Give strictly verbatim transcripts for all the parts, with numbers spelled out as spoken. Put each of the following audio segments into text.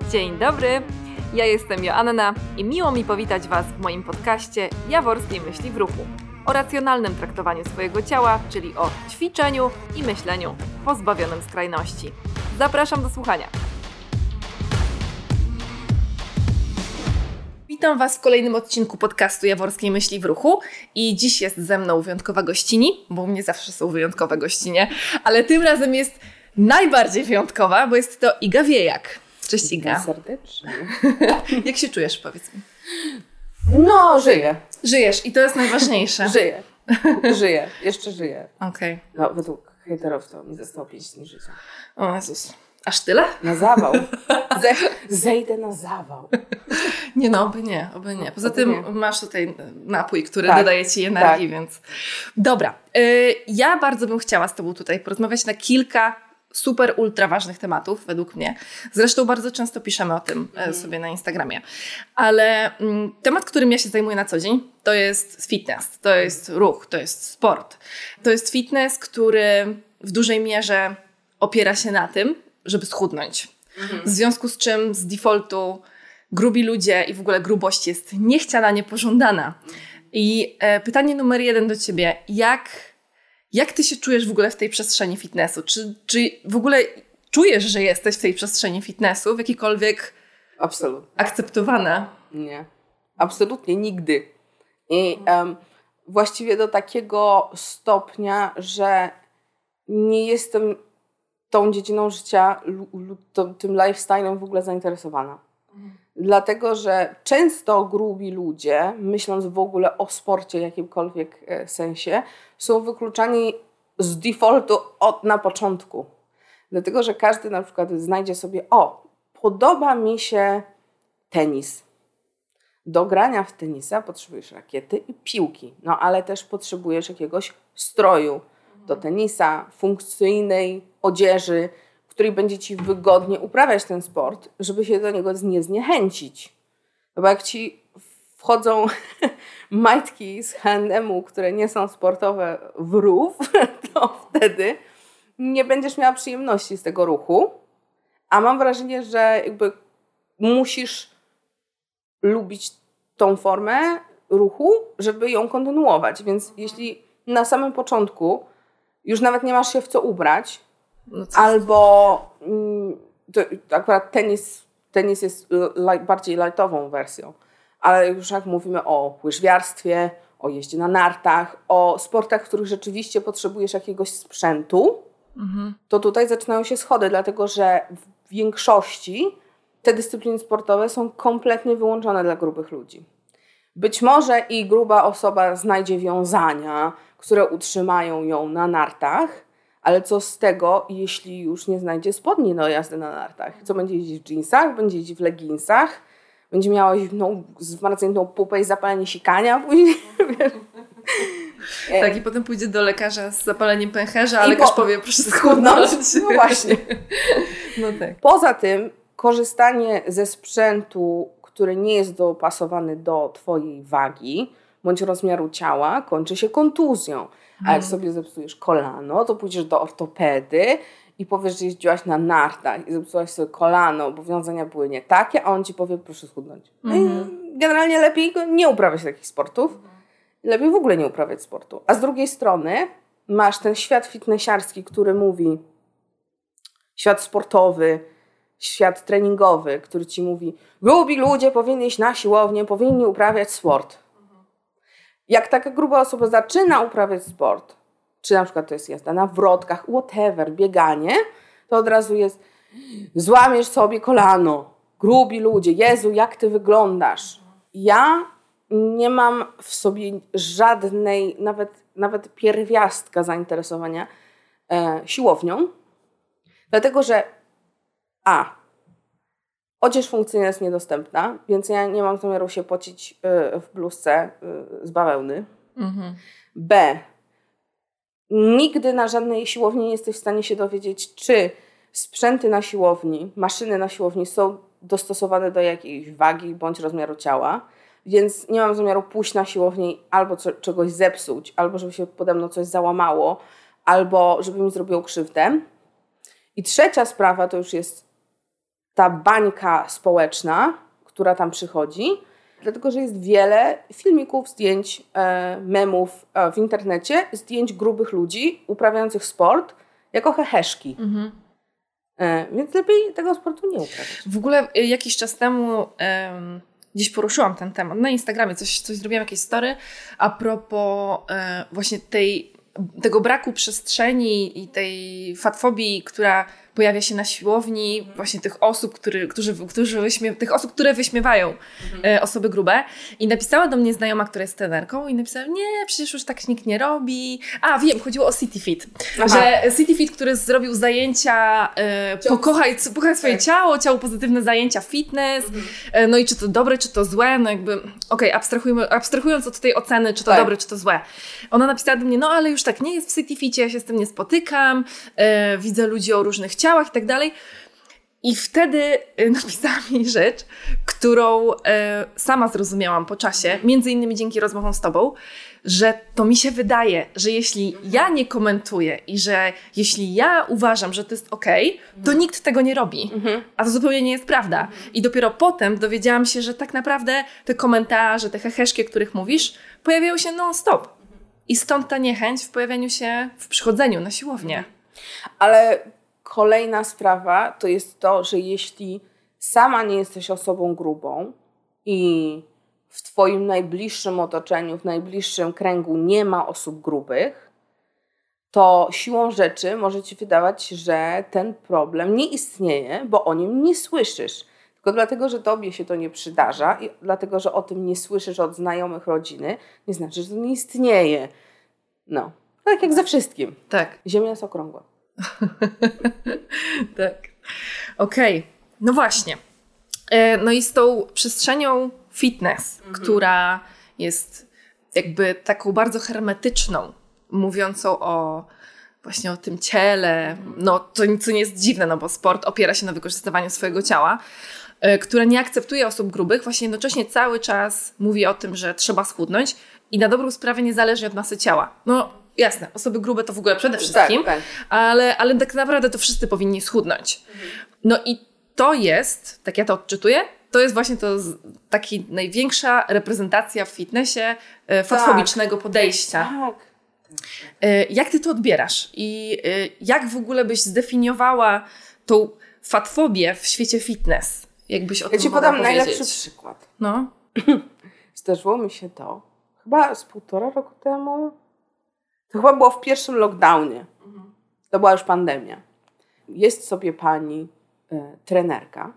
Dzień dobry, ja jestem Joanna i miło mi powitać Was w moim podcaście Jaworskiej Myśli w Ruchu o racjonalnym traktowaniu swojego ciała, czyli o ćwiczeniu i myśleniu pozbawionym skrajności. Zapraszam do słuchania. Witam Was w kolejnym odcinku podcastu Jaworskiej Myśli w Ruchu i dziś jest ze mną wyjątkowa gościni, bo u mnie zawsze są wyjątkowe gościnie, ale tym razem jest najbardziej wyjątkowa, bo jest to Iga Wiejak. Cześć Iga. Serdecznie. Jak się czujesz, powiedz mi? No, żyję. Żyjesz i to jest najważniejsze. Żyję. Żyję. Jeszcze żyję. Okej. Okay. No, według hejterów to mi zostało pięć dni życia. O Jezus. Aż tyle? Na zawał. Ze, zejdę na zawał. Nie no, oby nie, oby nie. Poza oby tym nie. masz tutaj napój, który tak. dodaje Ci energii, tak. więc... Dobra. Y- ja bardzo bym chciała z Tobą tutaj porozmawiać na kilka super, ultra ważnych tematów, według mnie. Zresztą bardzo często piszemy o tym mm. sobie na Instagramie. Ale mm, temat, którym ja się zajmuję na co dzień, to jest fitness, to jest ruch, to jest sport. To jest fitness, który w dużej mierze opiera się na tym, żeby schudnąć. Mm. W związku z czym z defaultu grubi ludzie i w ogóle grubość jest niechciana, niepożądana. I e, pytanie numer jeden do Ciebie. Jak... Jak ty się czujesz w ogóle w tej przestrzeni fitnessu? Czy, czy w ogóle czujesz, że jesteś w tej przestrzeni fitnessu w jakikolwiek Absolutnie. akceptowana? Nie. Absolutnie nigdy. I um, właściwie do takiego stopnia, że nie jestem tą dziedziną życia, lub to, tym lifestylem w ogóle zainteresowana. Mhm. Dlatego, że często grubi ludzie, myśląc w ogóle o sporcie w jakimkolwiek e, sensie, są wykluczani z defaultu od, na początku. Dlatego, że każdy na przykład znajdzie sobie, o, podoba mi się tenis. Do grania w tenisa potrzebujesz rakiety i piłki, no ale też potrzebujesz jakiegoś stroju do tenisa, funkcyjnej odzieży, w której będzie Ci wygodnie uprawiać ten sport, żeby się do niego nie zniechęcić. No bo jak Ci wchodzą majtki z H and M-u, które nie są sportowe w rów, to wtedy nie będziesz miała przyjemności z tego ruchu. A mam wrażenie, że jakby musisz lubić tą formę ruchu, żeby ją kontynuować. Więc jeśli na samym początku już nawet nie masz się w co ubrać, no albo mm, to akurat tenis, tenis jest light, bardziej lightową wersją, ale już jak mówimy o łyżwiarstwie, o jeździe na nartach, o sportach, w których rzeczywiście potrzebujesz jakiegoś sprzętu, mhm. to tutaj zaczynają się schody, dlatego że w większości te dyscypliny sportowe są kompletnie wyłączone dla grubych ludzi. Być może i gruba osoba znajdzie wiązania, które utrzymają ją na nartach, ale co z tego, jeśli już nie znajdzie spodni do jazdy na nartach? Co, będzie jeździć w dżinsach, będzie jeździć w leginsach, będzie miała no, zmarzniętą pupę i zapalenie sikania później. Tak, i potem pójdzie do lekarza z zapaleniem pęcherza, a lekarz po... powie, proszę schudnąć. No właśnie. No tak. Poza tym korzystanie ze sprzętu, który nie jest dopasowany do Twojej wagi bądź rozmiaru ciała, kończy się kontuzją. A jak sobie zepsujesz kolano, to pójdziesz do ortopedy i powiesz, że jeździłaś na nartach i zepsułaś sobie kolano, bo wiązania były nie takie, a on Ci powie, proszę schudnąć. Mm-hmm. Generalnie lepiej nie uprawiać takich sportów. Lepiej w ogóle nie uprawiać sportu. A z drugiej strony masz ten świat fitnessiarski, który mówi, świat sportowy, świat treningowy, który Ci mówi, grubi ludzie powinni iść na siłownię, powinni uprawiać sport. Jak taka gruba osoba zaczyna uprawiać sport, czy na przykład to jest jazda na wrotkach, whatever, bieganie, to od razu jest złamiesz sobie kolano, grubi ludzie, Jezu, jak Ty wyglądasz. Ja nie mam w sobie żadnej, nawet, nawet pierwiastka zainteresowania e, siłownią, dlatego że a, odzież funkcyjna jest niedostępna, więc ja nie mam zamiaru się pocić y, w bluzce y, z bawełny. Mhm. B, nigdy na żadnej siłowni nie jesteś w stanie się dowiedzieć, czy sprzęty na siłowni, maszyny na siłowni są dostosowane do jakiejś wagi bądź rozmiaru ciała, więc nie mam zamiaru pójść na siłownię albo co, czegoś zepsuć, albo żeby się pode mną coś załamało, albo żeby mi zrobiło krzywdę. I trzecia sprawa to już jest ta bańka społeczna, która tam przychodzi, dlatego że jest wiele filmików, zdjęć, e, memów e, w internecie, zdjęć grubych ludzi uprawiających sport jako heheszki. Mhm. E, więc lepiej tego sportu nie uprawiać. W ogóle jakiś czas temu um, gdzieś poruszyłam ten temat. Na Instagramie coś, coś zrobiłam, jakieś story a propos e, właśnie tej, tego braku przestrzeni i tej fatfobii, która pojawia się na siłowni, właśnie tych osób, który, którzy, którzy wyśmie- tych osób, które wyśmiewają mhm. e, osoby grube. I napisała do mnie znajoma, która jest trenerką i napisała, nie, przecież już tak nikt nie robi. A, wiem, chodziło o City Fit. Aha. Że City Fit, który zrobił zajęcia e, pokochaj, pokochaj swoje tak. ciało, ciało pozytywne zajęcia, fitness, mhm. e, no i czy to dobre, czy to złe, no jakby, okej, okay, abstrahujmy, abstrahując od tej oceny, czy to tak. dobre, czy to złe. Ona napisała do mnie, no ale już tak nie jest w City Ficie, ja się z tym nie spotykam, e, widzę ludzi o różnych ciałach i tak dalej. I wtedy napisała mi rzecz, którą e, sama zrozumiałam po czasie, między innymi dzięki rozmowom z tobą, że to mi się wydaje, że jeśli ja nie komentuję i że jeśli ja uważam, że to jest okej, to nikt tego nie robi. Mhm. A to zupełnie nie jest prawda. Mhm. I dopiero potem dowiedziałam się, że tak naprawdę te komentarze, te heheszki, o których mówisz, pojawiają się non-stop. I stąd ta niechęć w pojawianiu się, w przychodzeniu na siłownię. Ale kolejna sprawa to jest to, że jeśli sama nie jesteś osobą grubą i w twoim najbliższym otoczeniu, w najbliższym kręgu nie ma osób grubych, to siłą rzeczy może ci wydawać, że ten problem nie istnieje, bo o nim nie słyszysz. Tylko dlatego, że tobie się to nie przydarza i dlatego, że o tym nie słyszysz od znajomych rodziny, nie znaczy, że to nie istnieje. No, tak jak ze wszystkim. Tak. Ziemia jest okrągła. Tak. Okej. Okay. No właśnie. E, no i z tą przestrzenią fitness, mhm. która jest jakby taką bardzo hermetyczną, mówiącą o właśnie o tym ciele, no to co nie jest dziwne, no bo sport opiera się na wykorzystywaniu swojego ciała, e, która nie akceptuje osób grubych, właśnie jednocześnie cały czas mówi o tym, że trzeba schudnąć i na dobrą sprawę niezależnie od masy ciała. No jasne, osoby grube to w ogóle przede wszystkim, tak, tak. Ale, ale tak naprawdę to wszyscy powinni schudnąć. Mhm. No i to jest, tak ja to odczytuję, to jest właśnie to taki największa reprezentacja w fitnessie e, fatfobicznego tak. podejścia. Tak. E, jak ty to odbierasz? I e, jak w ogóle byś zdefiniowała tą fatfobię w świecie fitness? Jakbyś o ja tym ci podam najlepszy przykład. No. Zdarzyło mi się to chyba z półtora roku temu. To chyba było w pierwszym lockdownie. Mhm. To była już pandemia. Jest sobie pani y, trenerka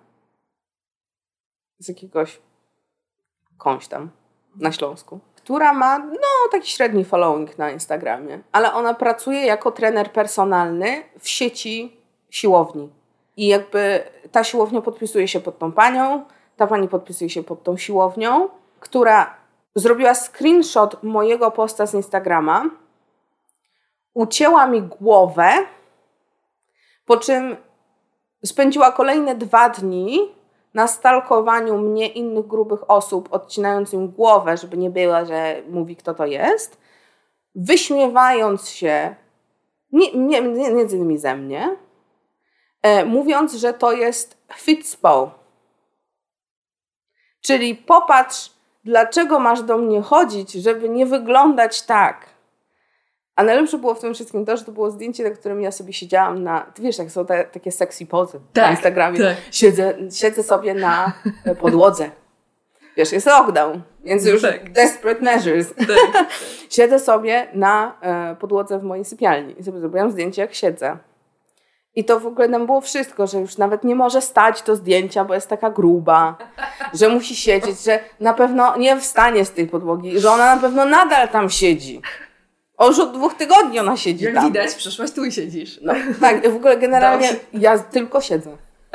z jakiegoś kąś tam na Śląsku, która ma no taki średni following na Instagramie, ale ona pracuje jako trener personalny w sieci siłowni. I jakby ta siłownia podpisuje się pod tą panią, ta pani podpisuje się pod tą siłownią, która zrobiła screenshot mojego posta z Instagrama, ucięła mi głowę, po czym spędziła kolejne dwa dni na stalkowaniu mnie innych grubych osób, odcinając im głowę, żeby nie było, że mówi, kto to jest, wyśmiewając się nie, nie, nie, między innymi ze mnie, e, mówiąc, że to jest fitspo. Czyli popatrz, dlaczego masz do mnie chodzić, żeby nie wyglądać tak. A najlepsze było w tym wszystkim to, że to było zdjęcie, na którym ja sobie siedziałam na... Ty wiesz, jak są te, takie sexy pozy tak, na Instagramie. Tak. Siedzę, siedzę sobie na podłodze. Wiesz, jest lockdown, więc już tak. desperate measures. Tak. Siedzę sobie na e, podłodze w mojej sypialni i sobie zrobiłam zdjęcie, jak siedzę. I to w ogóle nam było wszystko, że już nawet nie może stać do zdjęcia, bo jest taka gruba, że musi siedzieć, że na pewno nie wstanie z tej podłogi, że ona na pewno nadal tam siedzi. O, już od dwóch tygodni ona siedzi Jak tam. Jak widać, przyszłaś tu i siedzisz. No, tak, w ogóle generalnie Dobrze. ja tylko siedzę.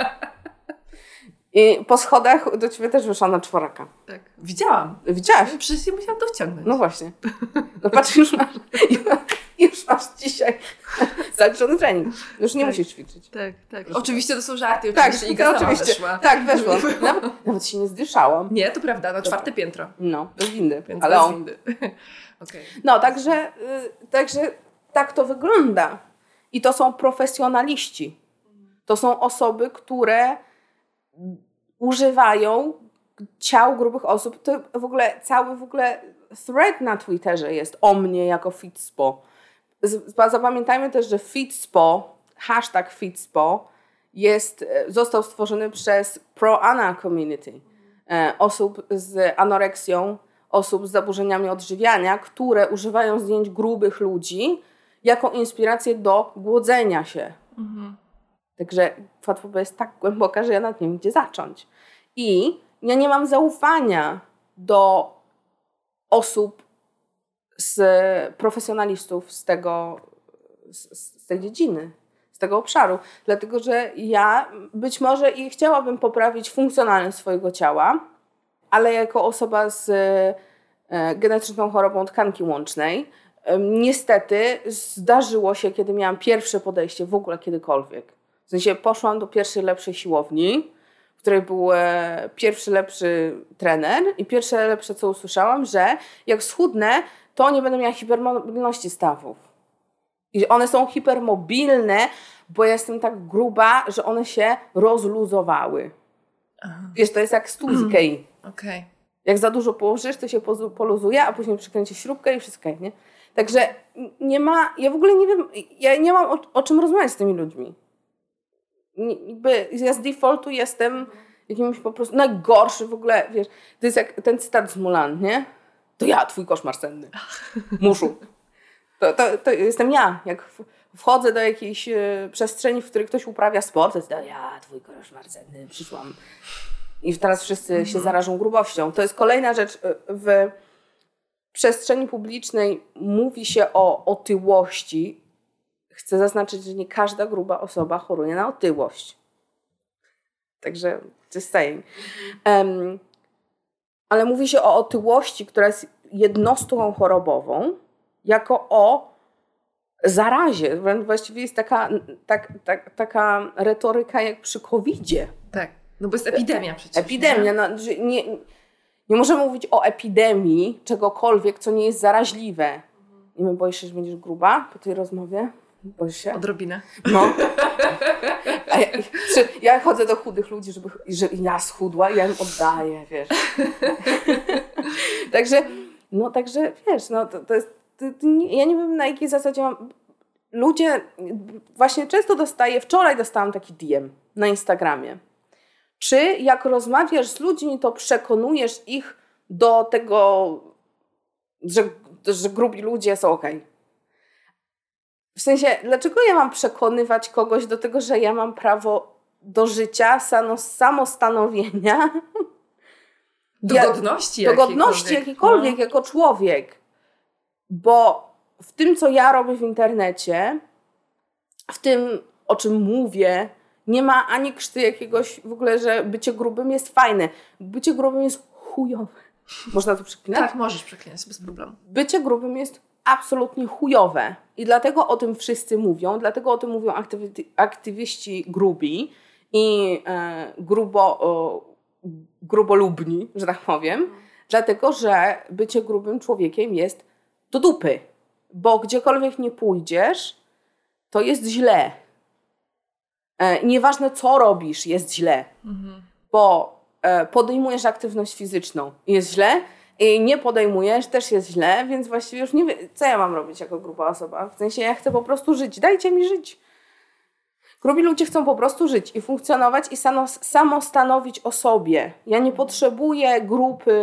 I po schodach do ciebie też wyszła na czworaka. Tak. Widziałam. Widziałaś? Przecież ja musiałam to wciągnąć. No właśnie. No patrz, już masz, już masz dzisiaj zaliczony trening. Już nie tak. musisz ćwiczyć. Tak, tak. Oczywiście to są żarty. Oczywiście tak, Iga oczywiście. Weszła. Tak, weszło. Nawet, nawet się nie zdyszałam. Nie, to prawda, na czwarte piętro. No, bez windy. Więc ale bez on. windy. Okay. No, także, y, także tak to wygląda. I to są profesjonaliści. To są osoby, które używają ciał grubych osób. To w ogóle cały w ogóle thread na Twitterze jest o mnie jako Fitspo. Zapamiętajmy też, że Fitspo, hashtag Fitspo jest, został stworzony przez pro-ana community. Osób z anoreksją, osób z zaburzeniami odżywiania, które używają zdjęć grubych ludzi jako inspirację do głodzenia się. Mhm. Także fatfoba jest tak głęboka, że ja nawet nie wiem, gdzie zacząć. I ja nie mam zaufania do osób, z profesjonalistów z tego, z, z tej dziedziny, z tego obszaru. Dlatego, że ja być może i chciałabym poprawić funkcjonalność swojego ciała, ale jako osoba z e, genetyczną chorobą tkanki łącznej, e, niestety zdarzyło się, kiedy miałam pierwsze podejście w ogóle kiedykolwiek. W sensie poszłam do pierwszej lepszej siłowni, w której był e, pierwszy lepszy trener i pierwsze lepsze, co usłyszałam, że jak schudnę, to nie będę miała hipermobilności stawów. I one są hipermobilne, bo ja jestem tak gruba, że one się rozluzowały. Aha. Wiesz, to jest jak stół z Ikei. Okay. Jak za dużo położysz, to się poluzuje, a później przykręcisz śrubkę i wszystko, nie? Także nie ma, ja w ogóle nie wiem, ja nie mam o, o czym rozmawiać z tymi ludźmi. Jakby ja z defaultu jestem jakimś po prostu najgorszy w ogóle, wiesz, to jest jak ten cytat z Mulan, nie? To ja, twój koszmar senny. Muszu. To, to, to jestem ja. Jak wchodzę do jakiejś y, przestrzeni, w której ktoś uprawia sport, to jest to ja, twój koszmar senny, przyszłam. I teraz wszyscy mm-hmm. się zarażą grubością. To jest kolejna rzecz. W przestrzeni publicznej mówi się o otyłości. Chcę zaznaczyć, że nie każda gruba osoba choruje na otyłość. Także just saying. Um, ale mówi się o otyłości, która jest jednostką chorobową, jako o zarazie. Właściwie jest taka, tak, tak, taka retoryka jak przy kowidzie. Tak, no bo jest epidemia przecież. Epidemia. No, nie, nie możemy mówić o epidemii czegokolwiek, co nie jest zaraźliwe. Nie wiem, boisz się, że będziesz gruba po tej rozmowie? Boisz się? Odrobinę. No. A ja, ja chodzę do chudych ludzi, żeby, żeby ja schudła i ja im oddaję, wiesz. Także, no także, wiesz, no to, to jest, to, to nie, ja nie wiem, na jakiej zasadzie mam, ludzie, właśnie często dostaję, wczoraj dostałam taki D M na Instagramie. Czy jak rozmawiasz z ludźmi, to przekonujesz ich do tego, że, że grubi ludzie są okej? Okay? W sensie, dlaczego ja mam przekonywać kogoś do tego, że ja mam prawo do życia, samostanowienia? Do ja, godności Do godności jakiejkolwiek, no. Jako człowiek. Bo w tym, co ja robię w internecie, w tym, o czym mówię, nie ma ani krzty jakiegoś w ogóle, że bycie grubym jest fajne. Bycie grubym jest chujowe. Można to przeklinać? Tak, możesz przeklinać, bez problemu. Bycie grubym jest absolutnie chujowe. I dlatego o tym wszyscy mówią, dlatego o tym mówią aktywi- aktywiści grubi i e, grubo, o, grubolubni, że tak powiem. Mm. Dlatego, że bycie grubym człowiekiem jest do dupy. Bo gdziekolwiek nie pójdziesz, to jest źle. E, nieważne co robisz, jest źle. Mm-hmm. Bo e, podejmujesz aktywność fizyczną, jest źle. I nie podejmujesz, też jest źle, więc właściwie już nie wiem, co ja mam robić jako gruba osoba. W sensie ja chcę po prostu żyć. Dajcie mi żyć. Grubi ludzie chcą po prostu żyć i funkcjonować i samostanowić o sobie. Ja nie potrzebuję grupy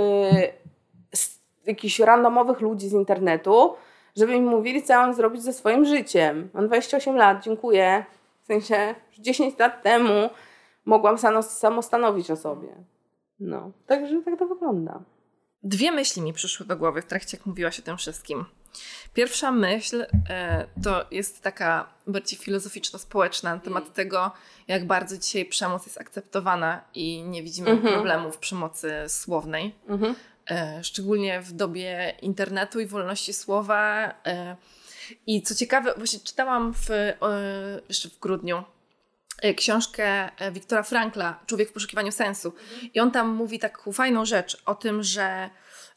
jakichś randomowych ludzi z internetu, żeby mi mówili, co ja mam zrobić ze swoim życiem. Mam dwadzieścia osiem lat, dziękuję. W sensie dziesięć lat temu mogłam samostanowić o sobie. No, także tak to wygląda. Dwie myśli mi przyszły do głowy w trakcie, jak mówiłaś o tym wszystkim. Pierwsza myśl e, to jest taka bardziej filozoficzno-społeczna na temat tego, jak bardzo dzisiaj przemoc jest akceptowana i nie widzimy mm-hmm. problemu w przemocy słownej. Mm-hmm. E, szczególnie w dobie internetu i wolności słowa. E, I co ciekawe, właśnie czytałam w, e, jeszcze w grudniu książkę Wiktora Frankla, Człowiek w poszukiwaniu sensu. I on tam mówi taką fajną rzecz o tym, że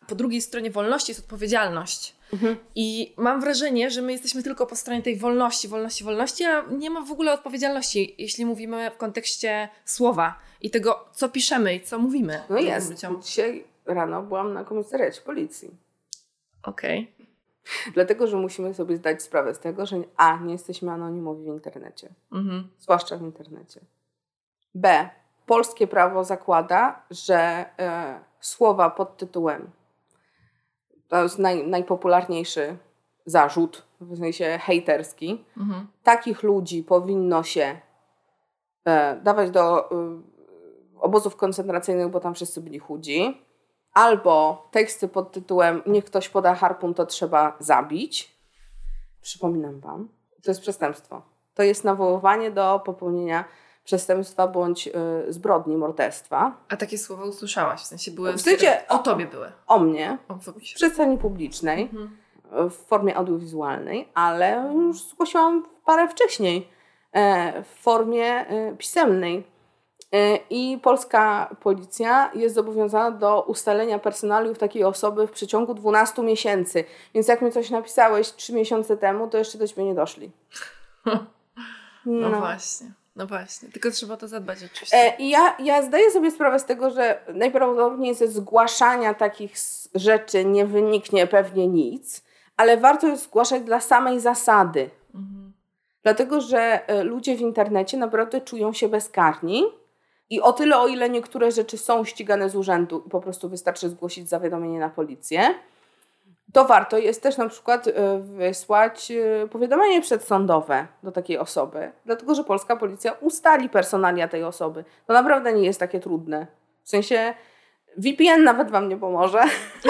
po drugiej stronie wolności jest odpowiedzialność. Mhm. I mam wrażenie, że my jesteśmy tylko po stronie tej wolności, wolności, wolności, a nie ma w ogóle odpowiedzialności, jeśli mówimy w kontekście słowa i tego, co piszemy i co mówimy. No jest. Ludziom. Dzisiaj rano byłam na komisariacie policji. Okej. Okay. Dlatego, że musimy sobie zdać sprawę z tego, że a, nie jesteśmy anonimowi w internecie. Mhm. Zwłaszcza w internecie. B, polskie prawo zakłada, że e, słowa pod tytułem, to jest naj, najpopularniejszy zarzut, w sensie hejterski, mhm. takich ludzi powinno się e, dawać do e, obozów koncentracyjnych, bo tam wszyscy byli chudzi, albo teksty pod tytułem niech ktoś poda harpun, to trzeba zabić. Przypominam wam, to jest przestępstwo. To jest nawoływanie do popełnienia przestępstwa bądź y, zbrodni, morderstwa. A takie słowa usłyszałaś? W sensie były... W sensie o tobie były? O mnie. O, w przestrzeni publicznej, mhm. w formie audiowizualnej, ale już zgłosiłam parę wcześniej e, w formie e, pisemnej. E, I polska policja jest zobowiązana do ustalenia personaliów takiej osoby w przeciągu dwunastu miesięcy. Więc jak mi coś napisałeś trzy miesiące temu, to jeszcze do ciebie nie doszli. No, no właśnie. No właśnie, tylko trzeba to zadbać oczywiście. E, I ja, ja zdaję sobie sprawę z tego, że najprawdopodobniej ze zgłaszania takich rzeczy nie wyniknie pewnie nic, ale warto je zgłaszać dla samej zasady. Mhm. Dlatego, że ludzie w internecie naprawdę czują się bezkarni i o tyle, o ile niektóre rzeczy są ścigane z urzędu i po prostu wystarczy zgłosić zawiadomienie na policję, to warto jest też na przykład wysłać powiadomienie przedsądowe do takiej osoby, dlatego że polska policja ustali personalia tej osoby. To naprawdę nie jest takie trudne. W sensie V P N nawet wam nie pomoże.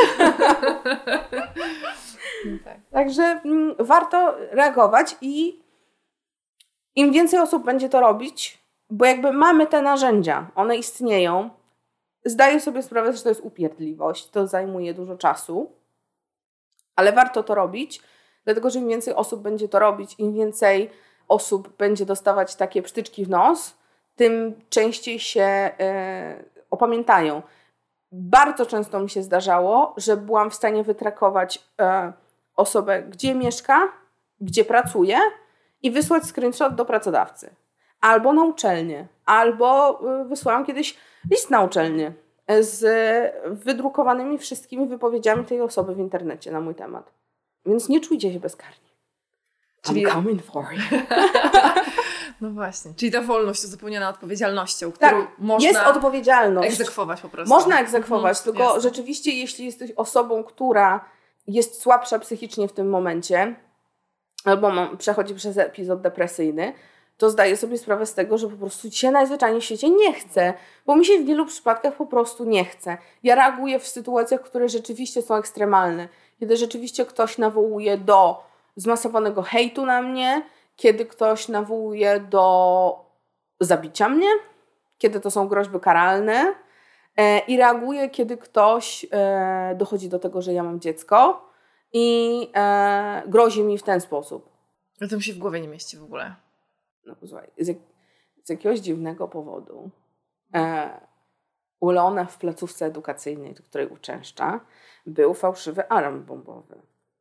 Tak. Także mm, warto reagować i im więcej osób będzie to robić, bo jakby mamy te narzędzia, one istnieją, zdaję sobie sprawę, że to jest upierdliwość, to zajmuje dużo czasu. Ale warto to robić, dlatego że im więcej osób będzie to robić, im więcej osób będzie dostawać takie psztyczki w nos, tym częściej się e, opamiętają. Bardzo często mi się zdarzało, że byłam w stanie wytrakować e, osobę, gdzie mieszka, gdzie pracuje i wysłać screenshot do pracodawcy. Albo na uczelnię, albo e, wysłałam kiedyś list na uczelnię z wydrukowanymi wszystkimi wypowiedziami tej osoby w internecie na mój temat. Więc nie czujcie się bezkarni. Czyli... I'm coming for you. No właśnie. Czyli ta wolność uzupełniona odpowiedzialnością, którą tak, można jest odpowiedzialność. egzekwować po prostu. Można egzekwować, mhm, tylko jasne. Rzeczywiście jeśli jesteś osobą, która jest słabsza psychicznie w tym momencie albo ma, przechodzi przez epizod depresyjny, to zdaję sobie sprawę z tego, że po prostu ci się najzwyczajniej w świecie nie chce, bo mi się w wielu przypadkach po prostu nie chce. Ja reaguję w sytuacjach, które rzeczywiście są ekstremalne. Kiedy rzeczywiście ktoś nawołuje do zmasowanego hejtu na mnie, kiedy ktoś nawołuje do zabicia mnie, kiedy to są groźby karalne e, i reaguję, kiedy ktoś e, dochodzi do tego, że ja mam dziecko i e, grozi mi w ten sposób. No to mi się w głowie nie mieści w ogóle. No słuchaj, z, jak, z jakiegoś dziwnego powodu e, u Leona w placówce edukacyjnej, do której uczęszcza, był fałszywy alarm bombowy.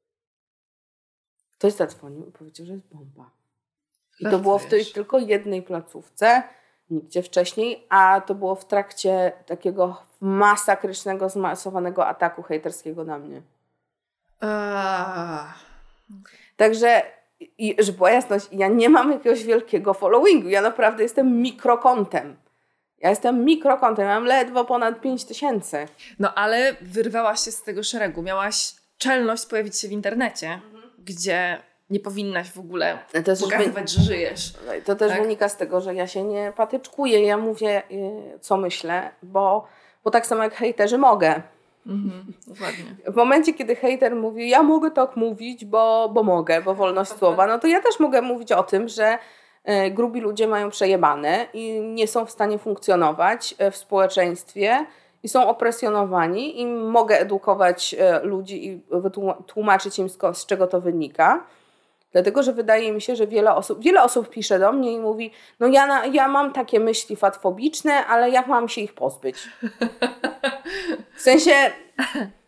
Ktoś zadzwonił i powiedział, że jest bomba. I to było w tej tylko jednej placówce, nigdzie wcześniej, a to było w trakcie takiego masakrycznego, zmasowanego ataku hejterskiego na mnie. Uh, okay. Także I żeby była jasność, ja nie mam jakiegoś wielkiego followingu. Ja naprawdę jestem mikrokontem. Ja jestem mikrokontem. Ja mam ledwo ponad pięć tysięcy. No ale wyrwałaś się z tego szeregu. Miałaś czelność pojawić się w internecie, mhm. gdzie nie powinnaś w ogóle to pokazywać, że żyjesz. To też tak? wynika z tego, że ja się nie patyczkuję. Ja mówię, co myślę, bo, bo tak samo jak hejterzy mogę. Mhm, dokładnie. W momencie, kiedy hejter mówi, ja mogę tak mówić, bo, bo mogę, bo wolność słowa, no to ja też mogę mówić o tym, że y, grubi ludzie mają przejebane i nie są w stanie funkcjonować w społeczeństwie i są opresjonowani i mogę edukować y, ludzi i tłumaczyć im, z, z czego to wynika. Dlatego, że wydaje mi się, że wiele osób, wiele osób pisze do mnie i mówi, no ja, na, ja mam takie myśli fatfobiczne, ale jak mam się ich pozbyć? W sensie,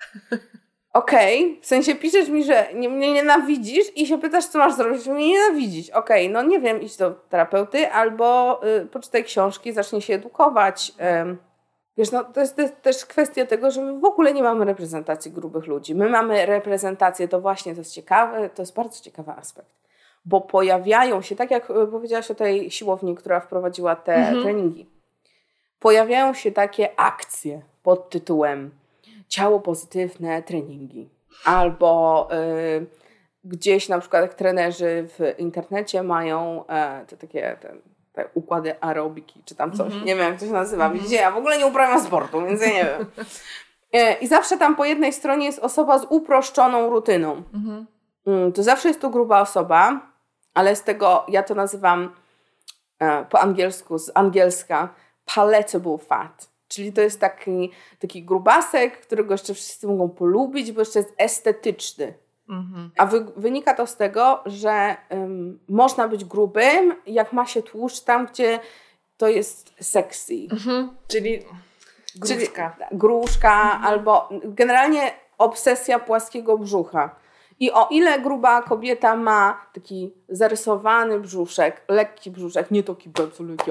Okej, okay. W sensie piszesz mi, że nie, mnie nienawidzisz i się pytasz, co masz zrobić, żeby mnie nienawidzić. Okej, okay, no nie wiem, idź do terapeuty albo y, poczytaj książki, zacznij się edukować. Ym, wiesz, no to jest, to jest też kwestia tego, że my w ogóle nie mamy reprezentacji grubych ludzi. My mamy reprezentację, to właśnie to jest ciekawe, to jest bardzo ciekawy aspekt. Bo pojawiają się, tak jak powiedziałaś o tej siłowni, która wprowadziła te mhm. treningi, pojawiają się takie akcje pod tytułem ciało pozytywne treningi. Albo y, gdzieś na przykład jak trenerzy w internecie mają y, te takie te, te układy aerobiki, czy tam coś. Mm-hmm. Nie wiem, jak to się nazywa. Mm-hmm. Widzicie, ja w ogóle nie uprawiam sportu, więc ja nie wiem. Y, I zawsze tam po jednej stronie jest osoba z uproszczoną rutyną. Mm-hmm. Y, to zawsze jest to gruba osoba, ale z tego, ja to nazywam y, po angielsku, z angielska palatable fat. Czyli to jest taki, taki grubasek, którego jeszcze wszyscy mogą polubić, bo jeszcze jest estetyczny. Mm-hmm. A wy, wynika to z tego, że um, można być grubym, jak ma się tłuszcz tam, gdzie to jest sexy. Mm-hmm. Czyli gruszka. Czyli gruszka mm-hmm. albo generalnie obsesja płaskiego brzucha. I o ile gruba kobieta ma taki zarysowany brzuszek, lekki brzuszek, nie taki bardzo lekki,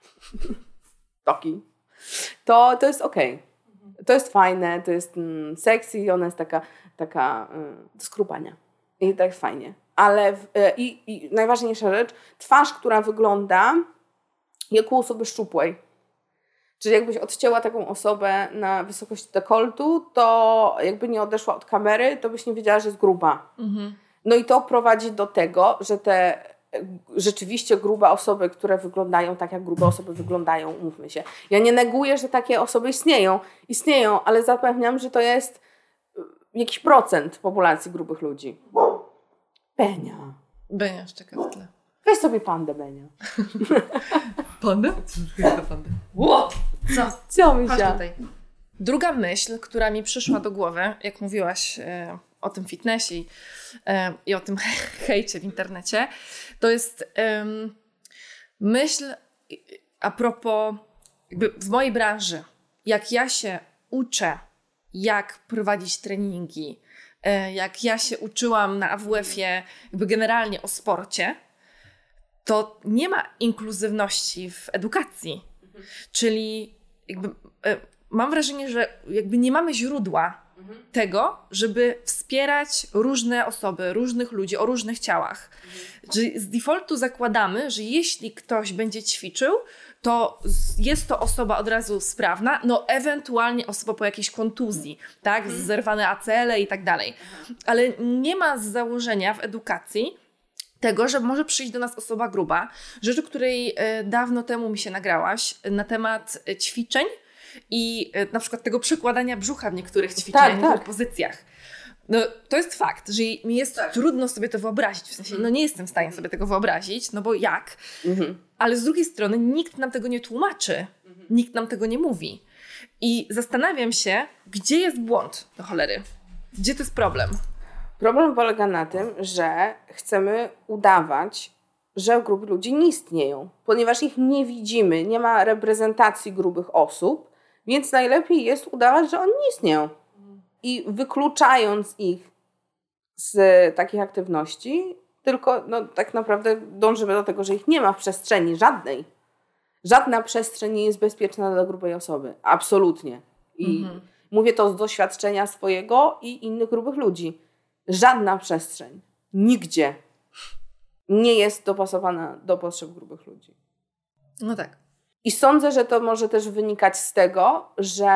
taki, to, to jest okej. Okay. To jest fajne, to jest mm, sexy i ona jest taka, taka mm, do skrupania. I tak fajnie. Ale w, y, i, i najważniejsza rzecz, twarz, która wygląda jak u osoby szczupłej. Czyli jakbyś odcięła taką osobę na wysokości dekoltu, to jakby nie odeszła od kamery, to byś nie wiedziała, że jest gruba. Mhm. No i to prowadzi do tego, że te rzeczywiście grube osoby, które wyglądają tak, jak grube osoby wyglądają, umówmy się. Ja nie neguję, że takie osoby istnieją. Istnieją, ale zapewniam, że to jest jakiś procent populacji grubych ludzi. Benia. Benia szczeka w tle. Weź sobie pandę, Benia. Pandę? Jaka panda? What? Co? Co myślałam? Druga myśl, która mi przyszła do głowy, jak mówiłaś e, o tym fitnessie e, i o tym hejcie w internecie, to jest e, myśl a propos jakby w mojej branży, jak ja się uczę, jak prowadzić treningi, e, jak ja się uczyłam na A W F-ie jakby generalnie o sporcie, to nie ma inkluzywności w edukacji. Mhm. Czyli jakby e, mam wrażenie, że jakby nie mamy źródła mhm. tego, żeby wspierać różne osoby, różnych ludzi o różnych ciałach. Mhm. Że z defaultu zakładamy, że jeśli ktoś będzie ćwiczył, to jest to osoba od razu sprawna, no ewentualnie osoba po jakiejś kontuzji, tak, mhm. zerwane A C L-e i tak dalej. Mhm. Ale nie ma z założenia w edukacji tego, że może przyjść do nas osoba gruba, rzeczy, której dawno temu mi się nagrałaś na temat ćwiczeń i na przykład tego przekładania brzucha w niektórych ćwiczeniach, tak, w niektórych tak. pozycjach. No, to jest fakt, że mi jest tak. trudno sobie to wyobrazić. W sensie, no nie jestem w stanie sobie tego wyobrazić, no bo jak? Mhm. Ale z drugiej strony nikt nam tego nie tłumaczy. Mhm. Nikt nam tego nie mówi. I zastanawiam się, gdzie jest błąd do cholery? Gdzie to jest problem? Problem polega na tym, że chcemy udawać, że grupy ludzi nie istnieją, ponieważ ich nie widzimy, nie ma reprezentacji grubych osób, więc najlepiej jest udawać, że oni nie istnieją. I wykluczając ich z takich aktywności, tylko no, tak naprawdę dążymy do tego, że ich nie ma w przestrzeni żadnej. Żadna przestrzeń nie jest bezpieczna dla grubej osoby. Absolutnie. I mhm. mówię to z doświadczenia swojego i innych grubych ludzi. Żadna przestrzeń, nigdzie nie jest dopasowana do potrzeb grubych ludzi. No tak. I sądzę, że to może też wynikać z tego, że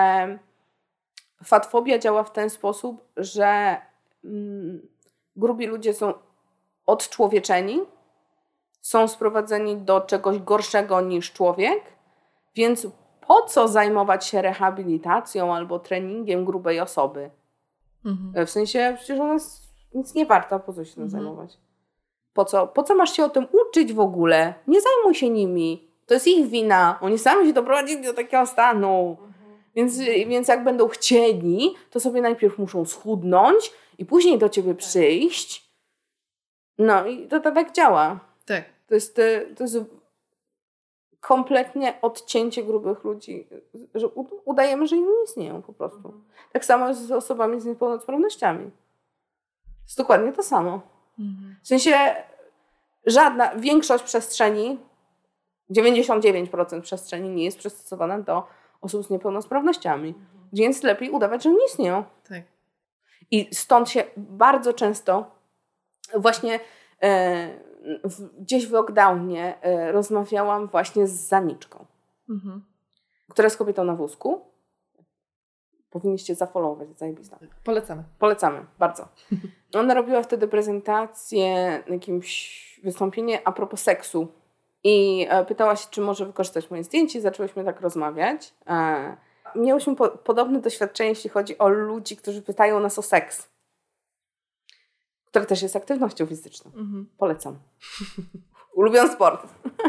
fatfobia działa w ten sposób, że mm, grubi ludzie są odczłowieczeni, są sprowadzeni do czegoś gorszego niż człowiek, więc po co zajmować się rehabilitacją albo treningiem grubej osoby? Mhm. W sensie, przecież ona jest nic nie warta, po co się tym mhm. zajmować? Po co, po co masz się o tym uczyć w ogóle? Nie zajmuj się nimi. To jest ich wina. Oni sami się doprowadzili do takiego stanu. Mhm. Więc, więc jak będą chcieli, to sobie najpierw muszą schudnąć i później do ciebie przyjść. No i to, to tak działa. Tak. To jest, to jest kompletnie odcięcie grubych ludzi, że udajemy, że nie istnieją po prostu. Mhm. Tak samo jest z osobami z niepełnosprawnościami. Jest dokładnie to samo. Mhm. W sensie żadna, większość przestrzeni, dziewięćdziesiąt dziewięć procent przestrzeni nie jest przystosowana do osób z niepełnosprawnościami. Mhm. Więc lepiej udawać, że nie istnieją. Tak. I stąd się bardzo często właśnie e, w, gdzieś w lockdownie e, rozmawiałam właśnie z Zaniczką, mhm. która jest kobietą na wózku. Powinniście zafollowować, zajebista. Polecamy. Polecamy, bardzo. Ona robiła wtedy prezentację, jakimś wystąpienie a propos seksu i e, pytała się, czy może wykorzystać moje zdjęcie i zaczęłyśmy tak rozmawiać. E, miałyśmy po, podobne doświadczenie, jeśli chodzi o ludzi, którzy pytają nas o seks, który też jest aktywnością fizyczną. Mhm. Polecam. Ulubiony sport.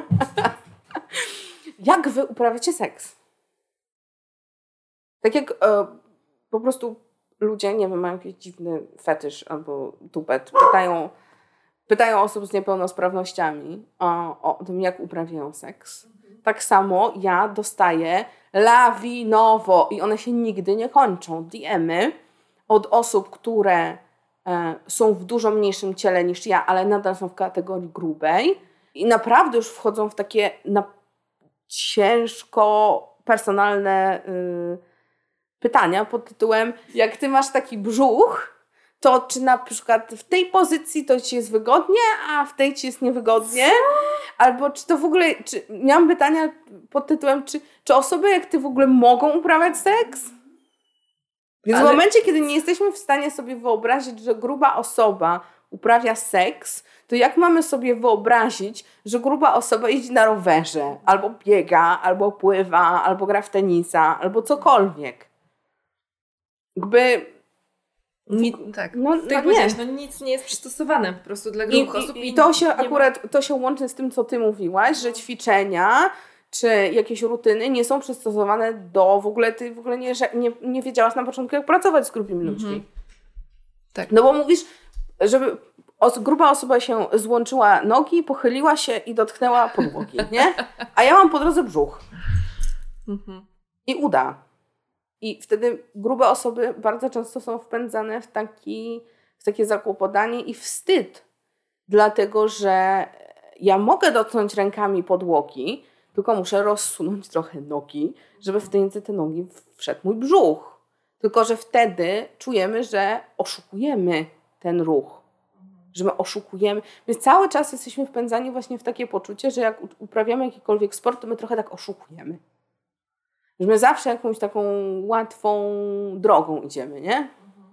Jak wy uprawiacie seks? Tak jak e, po prostu ludzie, nie wiem, mają jakiś dziwny fetysz albo tupet, pytają, pytają osób z niepełnosprawnościami o, o tym, jak uprawiają seks. Mhm. Tak samo ja dostaję lawinowo i one się nigdy nie kończą. D M-y od osób, które e, są w dużo mniejszym ciele niż ja, ale nadal są w kategorii grubej i naprawdę już wchodzą w takie na, ciężko personalne y, pytania pod tytułem, jak ty masz taki brzuch, to czy na przykład w tej pozycji to ci jest wygodnie, a w tej ci jest niewygodnie? Albo czy to w ogóle, czy, miałam pytania pod tytułem, czy, czy osoby jak ty w ogóle mogą uprawiać seks? Więc Ale... w momencie, kiedy nie jesteśmy w stanie sobie wyobrazić, że gruba osoba uprawia seks, to jak mamy sobie wyobrazić, że gruba osoba jeździ na rowerze, albo biega, albo pływa, albo gra w tenisa, albo cokolwiek? Jakby... Ni- tak, no, tak no, no nic nie jest przystosowane po prostu dla grubych I, osób. I, i to się akurat, ma... to się łączy z tym, co ty mówiłaś, że ćwiczenia czy jakieś rutyny nie są przystosowane do, w ogóle ty w ogóle nie, nie, nie wiedziałaś na początku, jak pracować z grubymi ludźmi. Mhm. Tak. No bo mówisz, żeby os- gruba osoba się złączyła nogi, pochyliła się i dotknęła podłogi, nie? A ja mam po drodze brzuch. Mhm. I uda. I wtedy grube osoby bardzo często są wpędzane w, taki, w takie zakłopotanie i wstyd. Dlatego, że ja mogę dotknąć rękami podłogi, tylko muszę rozsunąć trochę nogi, żeby wtedy te nogi wszedł mój brzuch. Tylko, że wtedy czujemy, że oszukujemy ten ruch. Że my oszukujemy. Więc cały czas jesteśmy wpędzani właśnie w takie poczucie, że jak uprawiamy jakikolwiek sport, to my trochę tak oszukujemy. Że my zawsze jakąś taką łatwą drogą idziemy, nie?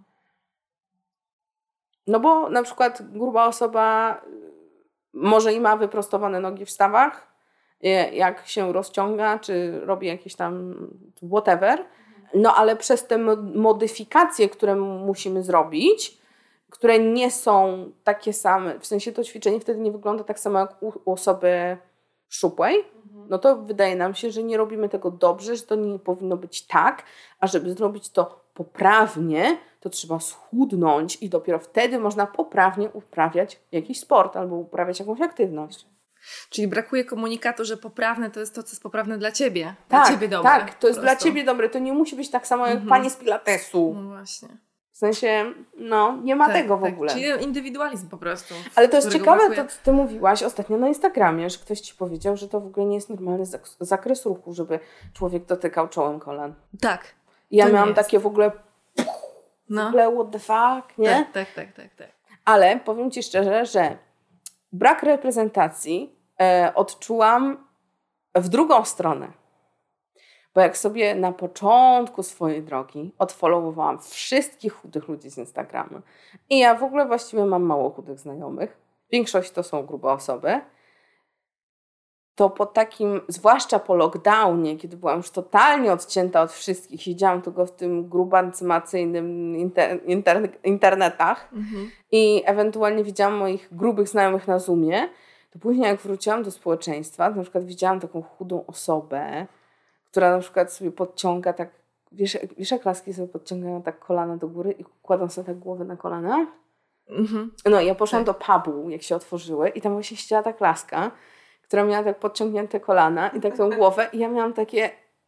No bo na przykład gruba osoba może i ma wyprostowane nogi w stawach, jak się rozciąga, czy robi jakieś tam whatever, no ale przez te modyfikacje, które musimy zrobić, które nie są takie same, w sensie to ćwiczenie wtedy nie wygląda tak samo jak u osoby szczupłej, no to wydaje nam się, że nie robimy tego dobrze, że to nie powinno być tak, a żeby zrobić to poprawnie, to trzeba schudnąć i dopiero wtedy można poprawnie uprawiać jakiś sport albo uprawiać jakąś aktywność. Czyli brakuje komunikatu, że poprawne to jest to, co jest poprawne dla ciebie. Tak, dla ciebie dobre. Tak, to jest dla ciebie dobre. To nie musi być tak samo jak mhm. pani z pilatesu. No właśnie. W sensie, no, nie ma tak, tego w tak. ogóle. Czyli indywidualizm po prostu. Ale to jest ciekawe, brakuje. To co ty mówiłaś ostatnio na Instagramie, że ktoś ci powiedział, że to w ogóle nie jest normalny zak- zakres ruchu, żeby człowiek dotykał czołem kolan. Tak. I ja miałam takie w ogóle no. w ogóle what the fuck, nie? Tak, tak, tak, tak, tak. Ale powiem ci szczerze, że brak reprezentacji e, odczułam w drugą stronę. Bo jak sobie na początku swojej drogi odfollowowałam wszystkich chudych ludzi z Instagrama i ja w ogóle właściwie mam mało chudych znajomych, większość to są grube osoby, to po takim, zwłaszcza po lockdownie, kiedy byłam już totalnie odcięta od wszystkich, siedziałam tylko w tym grubancymacyjnym inter, inter, internetach mhm. i ewentualnie widziałam moich grubych znajomych na Zoomie, to później jak wróciłam do społeczeństwa, to na przykład widziałam taką chudą osobę, która na przykład sobie podciąga tak, wiesz, wiesz jak laski sobie podciągają tak kolana do góry i kładą sobie tak głowę na kolana? Mhm. No i ja poszłam tak. do pubu, jak się otworzyły i tam właśnie siedziała ta laska, która miała tak podciągnięte kolana i tak tą głowę i ja miałam takie...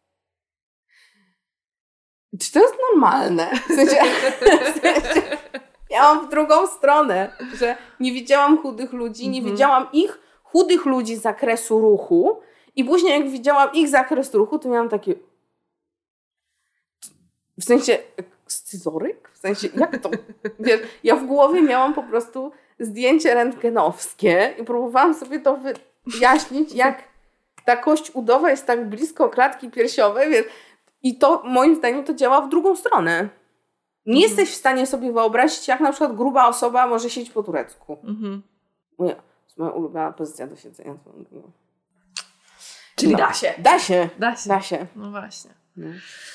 Czy to jest normalne? W sensie, w sensie miałam w drugą stronę, że nie widziałam chudych ludzi, nie mhm. widziałam ich chudych ludzi z zakresu ruchu i później jak widziałam ich zakres ruchu, to miałam takie... W sensie... Scyzoryk? W sensie, jak to? Wiesz, ja w głowie miałam po prostu zdjęcie rentgenowskie i próbowałam sobie to wyjaśnić, jak ta kość udowa jest tak blisko klatki piersiowej, wiesz, i to moim zdaniem to działa w drugą stronę. Nie mhm. jesteś w stanie sobie wyobrazić, jak na przykład gruba osoba może siedzieć po turecku. Mhm. Moja, to jest moja ulubiona pozycja do siedzenia. Czyli no. da się. Da się. Da się. Da się. No właśnie. No.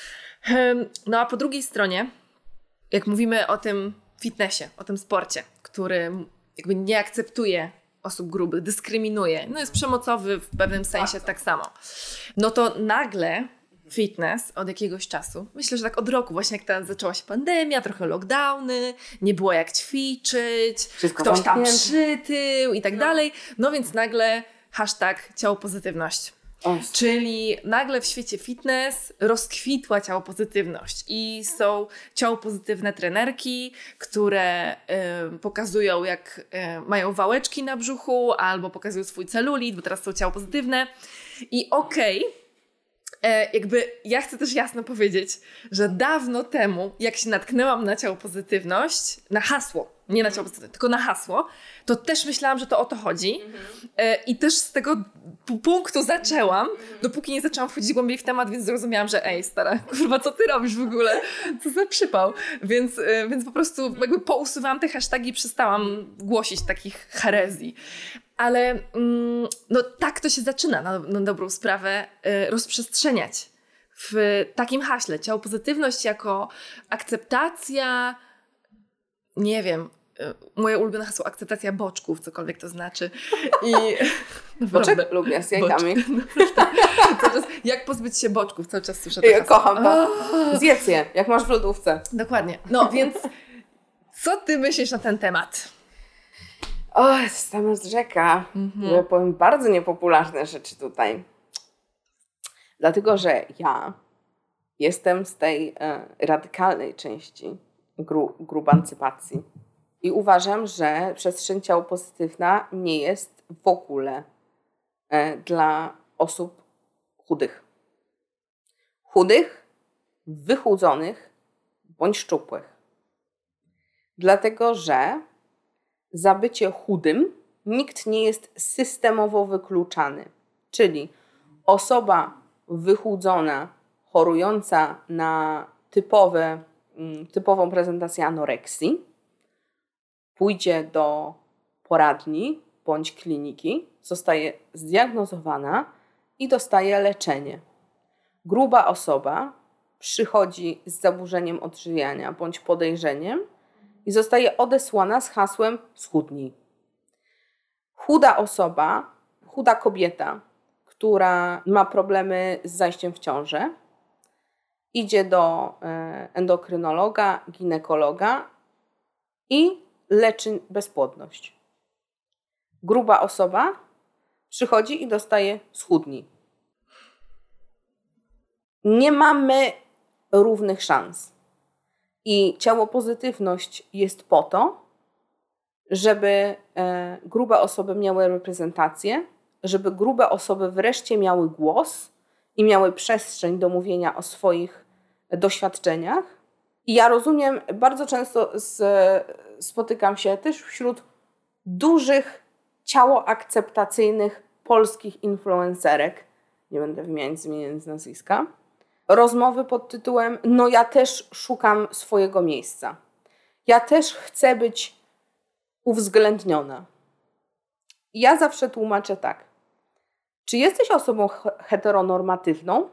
No a po drugiej stronie, jak mówimy o tym fitnessie, o tym sporcie, który jakby nie akceptuje osób grubych, dyskryminuje, no jest przemocowy w pewnym sensie tak, tak samo, no to nagle fitness od jakiegoś czasu, myślę, że tak od roku, właśnie jak ta zaczęła się pandemia, trochę lockdowny, nie było jak ćwiczyć, wszystko ktoś tam przytył i tak no. dalej, no więc nagle hashtag ciało pozytywność. Oś. Czyli nagle w świecie fitness rozkwitła ciało pozytywność i są ciało pozytywne trenerki, które y, pokazują jak y, mają wałeczki na brzuchu albo pokazują swój celulit, bo teraz są ciało pozytywne i okej, okay, jakby ja chcę też jasno powiedzieć, że dawno temu jak się natknęłam na ciało pozytywność, na hasło, nie na ciało pozytywne, tylko na hasło, to też myślałam, że to o to chodzi mm-hmm. i też z tego p- punktu zaczęłam, mm-hmm. dopóki nie zaczęłam wchodzić głębiej w temat, więc zrozumiałam, że ej stara, kurwa, co ty robisz w ogóle? Co za przypał? Więc, więc po prostu jakby pousuwałam te hasztagi i przestałam głosić takich herezji. Ale mm, no tak to się zaczyna na, na dobrą sprawę y, rozprzestrzeniać w takim haśle. Ciało pozytywność jako akceptacja, nie wiem, moje ulubione hasło akceptacja boczków, cokolwiek to znaczy. I boczek lubię z jajkami. Cały czas, jak pozbyć się boczków? Cały czas słyszę to ja hasło. Kocham to. Zjedz je, jak masz w lodówce. Dokładnie. No więc co ty myślisz na ten temat? O, jest temat rzeka. Mhm. Ja powiem bardzo niepopularne rzeczy tutaj. Dlatego, że ja jestem z tej e, radykalnej części gru, grubancypacji. I uważam, że przestrzeń ciało pozytywna nie jest w ogóle e, dla osób chudych. Chudych, wychudzonych bądź szczupłych. Dlatego, że za bycie chudym nikt nie jest systemowo wykluczany. Czyli osoba wychudzona, chorująca na typowe, typową prezentację anoreksji, pójdzie do poradni bądź kliniki, zostaje zdiagnozowana i dostaje leczenie. Gruba osoba przychodzi z zaburzeniem odżywiania bądź podejrzeniem i zostaje odesłana z hasłem schudnij. Chuda osoba, chuda kobieta, która ma problemy z zajściem w ciążę, idzie do endokrynologa, ginekologa i leczy bezpłodność. Gruba osoba przychodzi i dostaje schudnij. Nie mamy równych szans. I ciało pozytywność jest po to, żeby e, grube osoby miały reprezentację, żeby grube osoby wreszcie miały głos i miały przestrzeń do mówienia o swoich doświadczeniach. I ja rozumiem, bardzo często z, spotykam się też wśród dużych ciało akceptacyjnych polskich influencerek, nie będę wymieniać zmieniając nazwiska, rozmowy pod tytułem no ja też szukam swojego miejsca. Ja też chcę być uwzględniona. I ja zawsze tłumaczę tak. Czy jesteś osobą heteronormatywną?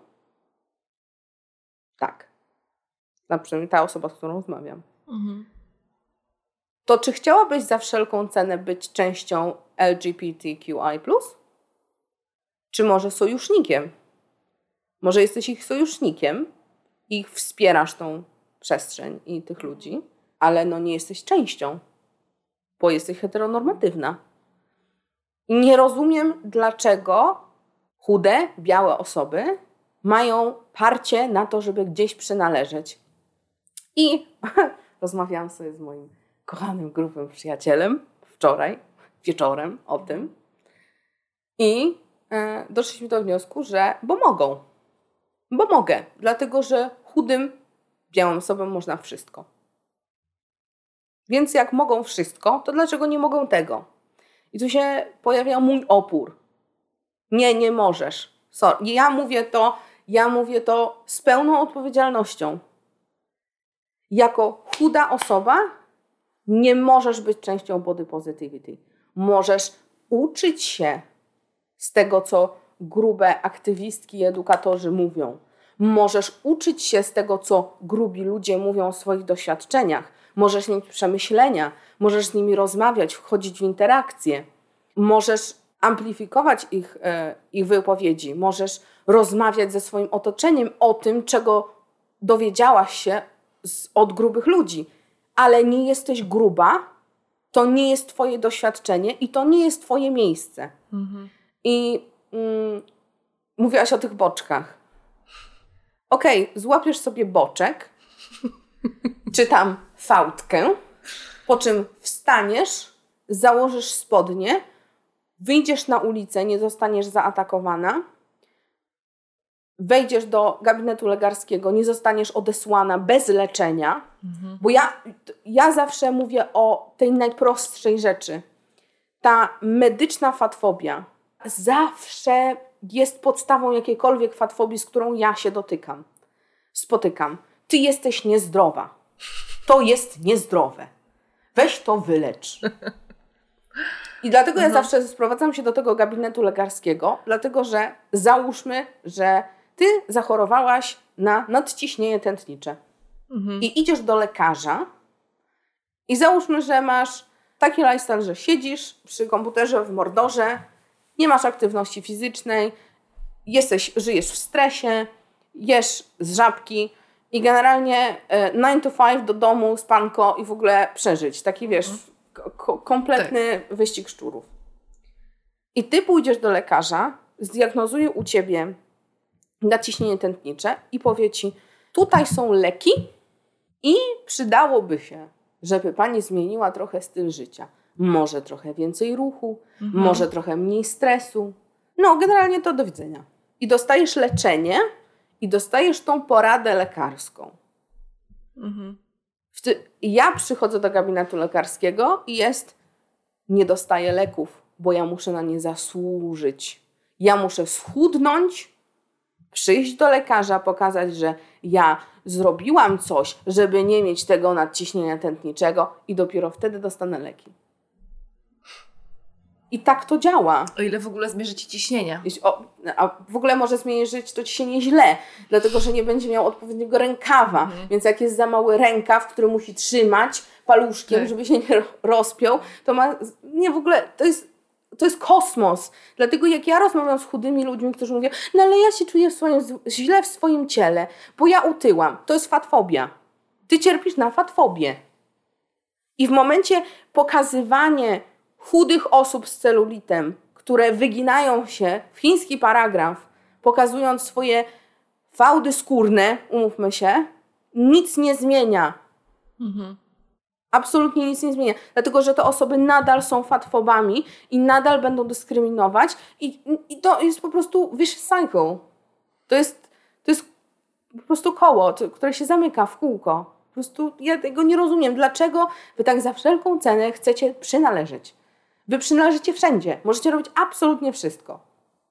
Tak. Na przykład ta osoba, z którą rozmawiam. Mhm. To czy chciałabyś za wszelką cenę być częścią L G B T Q I plus? Czy może sojusznikiem? Może jesteś ich sojusznikiem i wspierasz tą przestrzeń i tych ludzi, ale no nie jesteś częścią, bo jesteś heteronormatywna. I nie rozumiem, dlaczego chude, białe osoby mają parcie na to, żeby gdzieś przynależeć. I rozmawiałam sobie z moim kochanym, grubym przyjacielem wczoraj, wieczorem o tym. I e, doszliśmy do wniosku, że bo mogą. Bo mogę. Dlatego, że chudym, białym osobom można wszystko. Więc jak mogą wszystko, to dlaczego nie mogą tego? I tu się pojawia mój opór. Nie, nie możesz. Sorry. Ja mówię to, ja mówię to z pełną odpowiedzialnością. Jako chuda osoba nie możesz być częścią body positivity. Możesz uczyć się z tego, co grube aktywistki i edukatorzy mówią. Możesz uczyć się z tego, co grubi ludzie mówią o swoich doświadczeniach. Możesz mieć przemyślenia, możesz z nimi rozmawiać, wchodzić w interakcje. Możesz amplifikować ich, e, ich wypowiedzi. Możesz rozmawiać ze swoim otoczeniem o tym, czego dowiedziałaś się z, od grubych ludzi. Ale nie jesteś gruba, to nie jest twoje doświadczenie i to nie jest twoje miejsce. Mhm. I mm, mówiłaś o tych boczkach. Okej, okay, złapiesz sobie boczek, czy tam fałdkę, po czym wstaniesz, założysz spodnie, wyjdziesz na ulicę, nie zostaniesz zaatakowana, wejdziesz do gabinetu lekarskiego, nie zostaniesz odesłana bez leczenia, mhm. bo ja, ja zawsze mówię o tej najprostszej rzeczy. Ta medyczna fatfobia zawsze jest podstawą jakiejkolwiek fatfobii, z którą ja się dotykam, spotykam. Ty jesteś niezdrowa. To jest niezdrowe. Weź to wylecz. I dlatego mhm. ja zawsze sprowadzam się do tego gabinetu lekarskiego, dlatego że załóżmy, że ty zachorowałaś na nadciśnienie tętnicze mhm. i idziesz do lekarza i załóżmy, że masz taki lifestyle, że siedzisz przy komputerze w Mordorze, nie masz aktywności fizycznej, jesteś, żyjesz w stresie, jesz z żabki i generalnie nine to five do domu, spanko i w ogóle przeżyć. Taki wiesz, k- kompletny tak. wyścig szczurów. I ty pójdziesz do lekarza, zdiagnozuje u ciebie nadciśnienie tętnicze i powie ci, tutaj są leki i przydałoby się, żeby pani zmieniła trochę styl życia. Może trochę więcej ruchu, mhm. może trochę mniej stresu. No, generalnie to do widzenia. I dostajesz leczenie i dostajesz tą poradę lekarską. Mhm. Ja przychodzę do gabinetu lekarskiego i jest, nie dostaję leków, bo ja muszę na nie zasłużyć. Ja muszę schudnąć, przyjść do lekarza, pokazać, że ja zrobiłam coś, żeby nie mieć tego nadciśnienia tętniczego i dopiero wtedy dostanę leki. I tak to działa. O ile w ogóle zmierzy ci ciśnienie. O, a w ogóle może zmierzyć to ciśnienie źle, dlatego że nie będzie miał odpowiedniego rękawa. Mhm. Więc jak jest za mały rękaw, który musi trzymać paluszkiem, tak. żeby się nie rozpiął, to ma... Nie, w ogóle to jest, to jest kosmos. Dlatego jak ja rozmawiam z chudymi ludźmi, którzy mówią, no ale ja się czuję w swoim, źle w swoim ciele, bo ja utyłam. To jest fatfobia. Ty cierpisz na fatfobię. I w momencie pokazywania chudych osób z celulitem, które wyginają się w chiński paragraf, pokazując swoje fałdy skórne, umówmy się, nic nie zmienia. Mhm. Absolutnie nic nie zmienia. Dlatego, że te osoby nadal są fatfobami i nadal będą dyskryminować i, i to jest po prostu vicious cycle. To jest, to jest po prostu koło, które się zamyka w kółko. Po prostu ja tego nie rozumiem. Dlaczego wy tak za wszelką cenę chcecie przynależeć? Wy przynależycie wszędzie. Możecie robić absolutnie wszystko.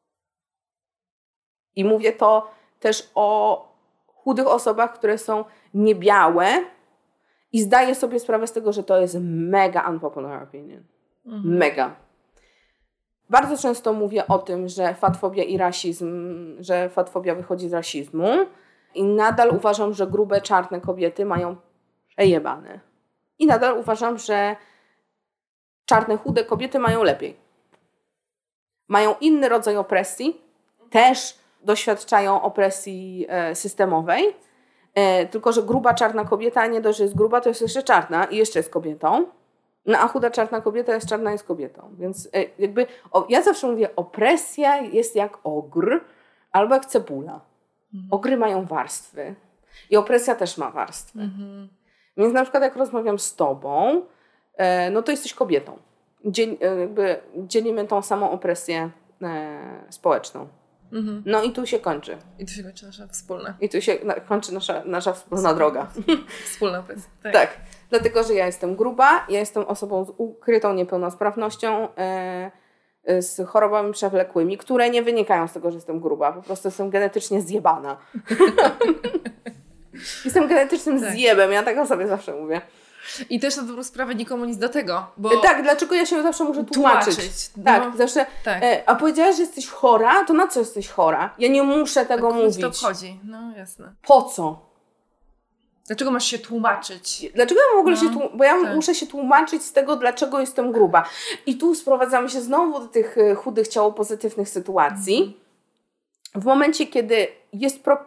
I mówię to też o chudych osobach, które są niebiałe i zdaję sobie sprawę z tego, że to jest mega unpopular opinion. Mhm. Mega. Bardzo często mówię o tym, że fatfobia i rasizm, że fatfobia wychodzi z rasizmu i nadal uważam, że grube, czarne kobiety mają przejebane. I nadal uważam, że czarne, chude kobiety mają lepiej. Mają inny rodzaj opresji, też doświadczają opresji e, systemowej, e, tylko że gruba, czarna kobieta nie dość, że jest gruba, to jest jeszcze czarna i jeszcze jest kobietą. No a chuda, czarna kobieta jest czarna, jest kobietą. Więc jakby o, ja zawsze mówię, opresja jest jak ogr albo jak cebula. Mhm. Ogry mają warstwy i opresja też ma warstwy. Mhm. Więc na przykład jak rozmawiam z tobą, no to jesteś kobietą. Dziel, jakby dzielimy tą samą opresję e, społeczną. Mhm. No i tu się kończy. I tu się kończy nasza wspólna. I tu się na, kończy nasza, nasza wspólna droga. Wspólna opresja. Tak. Tak. Dlatego, że ja jestem gruba, ja jestem osobą z ukrytą niepełnosprawnością, e, z chorobami przewlekłymi, które nie wynikają z tego, że jestem gruba. Po prostu jestem genetycznie zjebana. Jestem genetycznym tak. zjebem, ja tak o sobie zawsze mówię. I też na dobrą sprawę nikomu nic do tego. Bo tak, dlaczego ja się zawsze muszę tłumaczyć. tłumaczyć. Tak, no, zawsze. Tak. E, a powiedziałaś, że jesteś chora, to na co jesteś chora? Ja nie muszę tego tak, mówić. To obchodzi, no jasne. Po co? Dlaczego masz się tłumaczyć? Dlaczego ja w ogóle no, się tłumaczyć? Bo ja tak. muszę się tłumaczyć z tego, dlaczego jestem gruba. I tu sprowadzamy się znowu do tych chudych, ciałopozytywnych sytuacji. Mhm. W momencie, kiedy jest pro...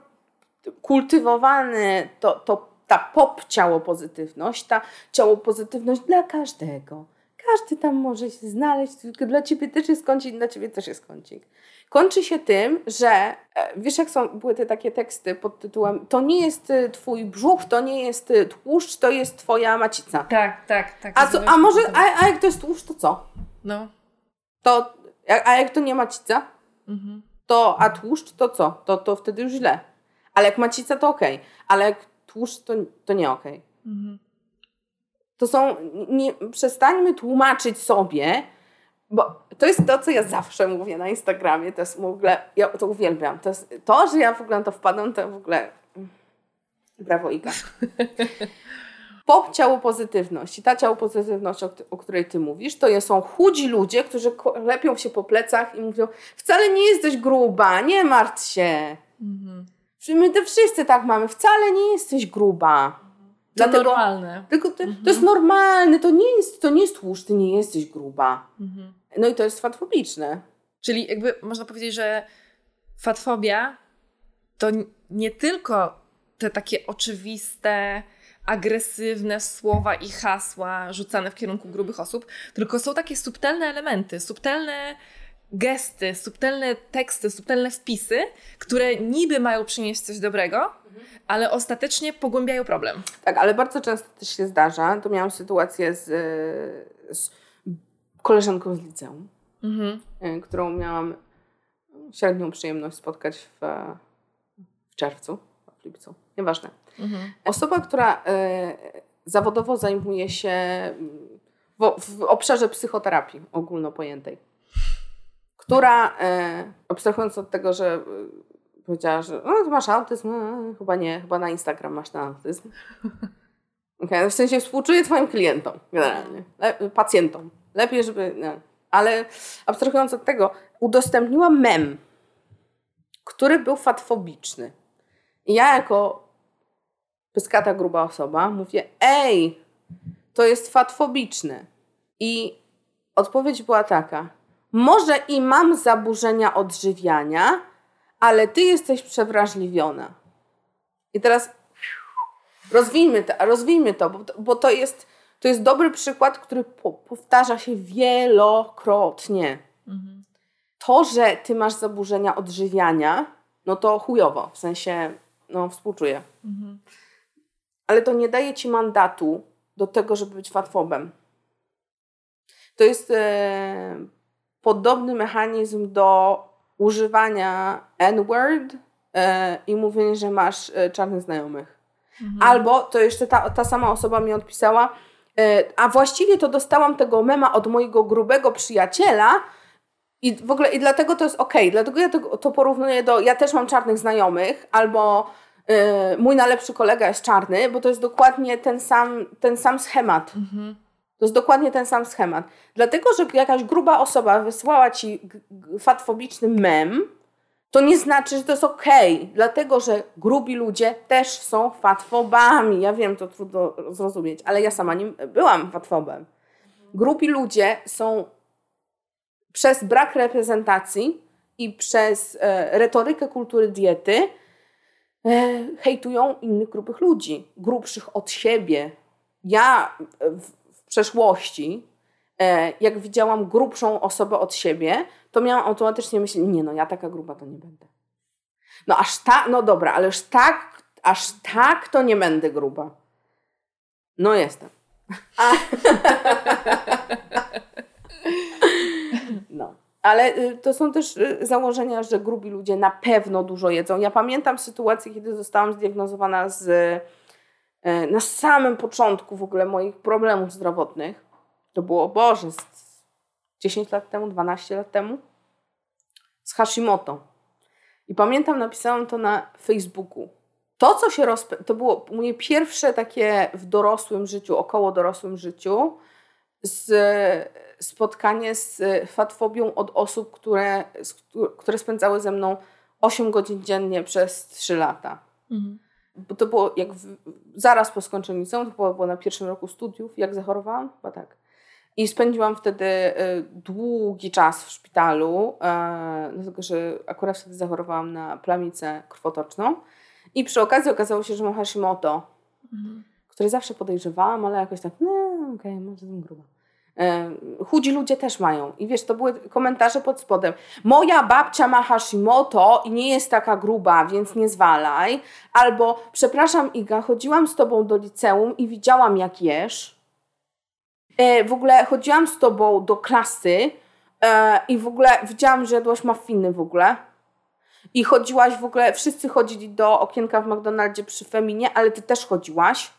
kultywowany to, to ta pop ciałopozytywność, ta ciałopozytywność dla każdego. Każdy tam może się znaleźć, tylko dla ciebie też jest kącik, dla ciebie też jest kącik. Kończy się tym, że wiesz jak są, były te takie teksty pod tytułem to nie jest twój brzuch, to nie jest tłuszcz, to jest twoja macica. Tak, tak, tak. A, co, a może, a, a jak to jest tłuszcz, to co? No. To, a, a jak to nie macica? Mhm. To, a tłuszcz to co? To, to wtedy już źle. Ale jak macica to okej, okay. Ale jak tłuszcz to, to nie okej. Okay. Mhm. To są, nie, przestańmy tłumaczyć sobie, bo to jest to, co ja zawsze mówię na Instagramie, to jest w ogóle, ja to uwielbiam, to jest to, że ja w ogóle na to wpadam, to w ogóle brawo Iga. Pop ciałopozytywność i ta ciałopozytywność, o, o której ty mówisz, to są chudzi ludzie, którzy lepią się po plecach i mówią, wcale nie jesteś gruba, nie martw się. Mhm. My to wszyscy tak mamy, wcale nie jesteś gruba. To Dlatego, normalne. Tylko to, mhm. to jest normalne, to nie jest, to nie jest tłuszcz, ty nie jesteś gruba. Mhm. No i to jest fatfobiczne. Czyli jakby można powiedzieć, że fatfobia to nie tylko te takie oczywiste, agresywne słowa i hasła rzucane w kierunku grubych osób, tylko są takie subtelne elementy, subtelne gesty, subtelne teksty, subtelne wpisy, które niby mają przynieść coś dobrego, mhm. ale ostatecznie pogłębiają problem. Tak, ale bardzo często też się zdarza, to miałam sytuację z, z koleżanką z liceum, mhm. którą miałam średnią przyjemność spotkać w, w czerwcu, w lipcu, nieważne. Mhm. Osoba, która y, zawodowo zajmuje się w, w obszarze psychoterapii ogólnopojętej, która, e, abstrahując od tego, że e, powiedziała, że no, ty masz autyzm, no, chyba nie, chyba na Instagram masz ten autyzm. Okay, w sensie współczuję twoim klientom generalnie, Le- pacjentom. Lepiej, żeby... Nie. Ale abstrahując od tego, udostępniła mem, który był fatfobiczny. I ja jako pyskata gruba osoba mówię, ej, to jest fatfobiczne. I odpowiedź była taka, może i mam zaburzenia odżywiania, ale ty jesteś przewrażliwiona. I teraz rozwijmy to, rozwijmy to, bo, bo to, jest, to jest dobry przykład, który po, powtarza się wielokrotnie. Mhm. To, że ty masz zaburzenia odżywiania, no to chujowo, w sensie, no współczuję. Mhm. Ale to nie daje ci mandatu do tego, żeby być fatfobem. To jest e, podobny mechanizm do używania N-word e, i mówienia, że masz e, czarnych znajomych. Mhm. Albo to jeszcze ta, ta sama osoba mi odpisała, e, a właściwie to dostałam tego mema od mojego grubego przyjaciela i w ogóle i dlatego to jest okej. Okay. Dlatego ja to, to porównuję do, ja też mam czarnych znajomych, albo e, mój najlepszy kolega jest czarny, bo to jest dokładnie ten sam, ten sam schemat. Mhm. To jest dokładnie ten sam schemat. Dlatego, że jakaś gruba osoba wysłała ci g- g- fatfobiczny mem, to nie znaczy, że to jest okej. Okay. Dlatego, że grubi ludzie też są fatfobami. Ja wiem, to trudno zrozumieć, ale ja sama nim byłam fatfobem. Grubi ludzie są przez brak reprezentacji i przez e, retorykę kultury diety e, hejtują innych grubych ludzi. Grubszych od siebie. Ja... W, przeszłości, e, jak widziałam grubszą osobę od siebie, to miałam automatycznie myśleć, nie no, ja taka gruba to nie będę. No aż tak, no dobra, ale aż tak, aż tak to nie będę gruba. No jestem. A... no. Ale to są też założenia, że grubi ludzie na pewno dużo jedzą. Ja pamiętam sytuację, kiedy zostałam zdiagnozowana z, na samym początku w ogóle moich problemów zdrowotnych. To było, Boże, dziesięć lat temu, dwanaście lat temu. Z Hashimoto. I pamiętam, napisałam to na Facebooku. To, co się rozpę... To było moje pierwsze takie w dorosłym życiu, około dorosłym życiu, z, spotkanie z fatfobią od osób, które, które spędzały ze mną osiem godzin dziennie przez trzy lata. Mhm. Bo to było jak w, zaraz po skończeniu liceum, to było, było na pierwszym roku studiów, jak zachorowałam, chyba tak. I spędziłam wtedy y, długi czas w szpitalu, y, dlatego że akurat wtedy zachorowałam na plamicę krwotoczną. I przy okazji okazało się, że mam Hashimoto, mhm. które zawsze podejrzewałam, ale jakoś tak, no okej, okay, może jestem gruba. Y, chudzi ludzie też mają. I wiesz, to były komentarze pod spodem. Moja babcia ma Hashimoto i nie jest taka gruba, więc nie zwalaj. Albo, przepraszam Iga, chodziłam z tobą do liceum i widziałam jak jesz. Y, w ogóle chodziłam z tobą do klasy y, i w ogóle widziałam, że jadłaś muffiny w ogóle. I chodziłaś w ogóle, wszyscy chodzili do okienka w McDonaldzie przy Feminie, ale ty też chodziłaś.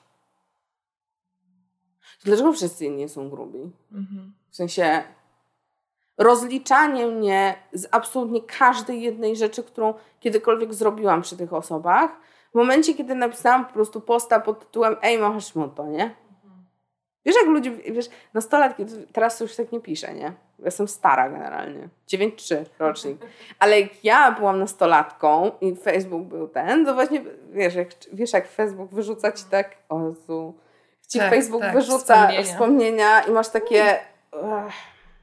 Dlaczego wszyscy inni są grubi? Mhm. W sensie rozliczanie mnie z absolutnie każdej jednej rzeczy, którą kiedykolwiek zrobiłam przy tych osobach, w momencie, kiedy napisałam po prostu posta pod tytułem ej, mam Hashimoto, nie? Mhm. Wiesz, jak ludzie, wiesz, nastolatki, teraz już tak nie piszę, nie? Jestem stara generalnie. dziewięć trzy rocznik. Ale jak ja byłam nastolatką i Facebook był ten, to właśnie, wiesz, jak, wiesz, jak Facebook wyrzuca ci tak, o Jezu, ci tak, Facebook tak, wyrzuca wspomnienia. wspomnienia i masz takie... Ugh.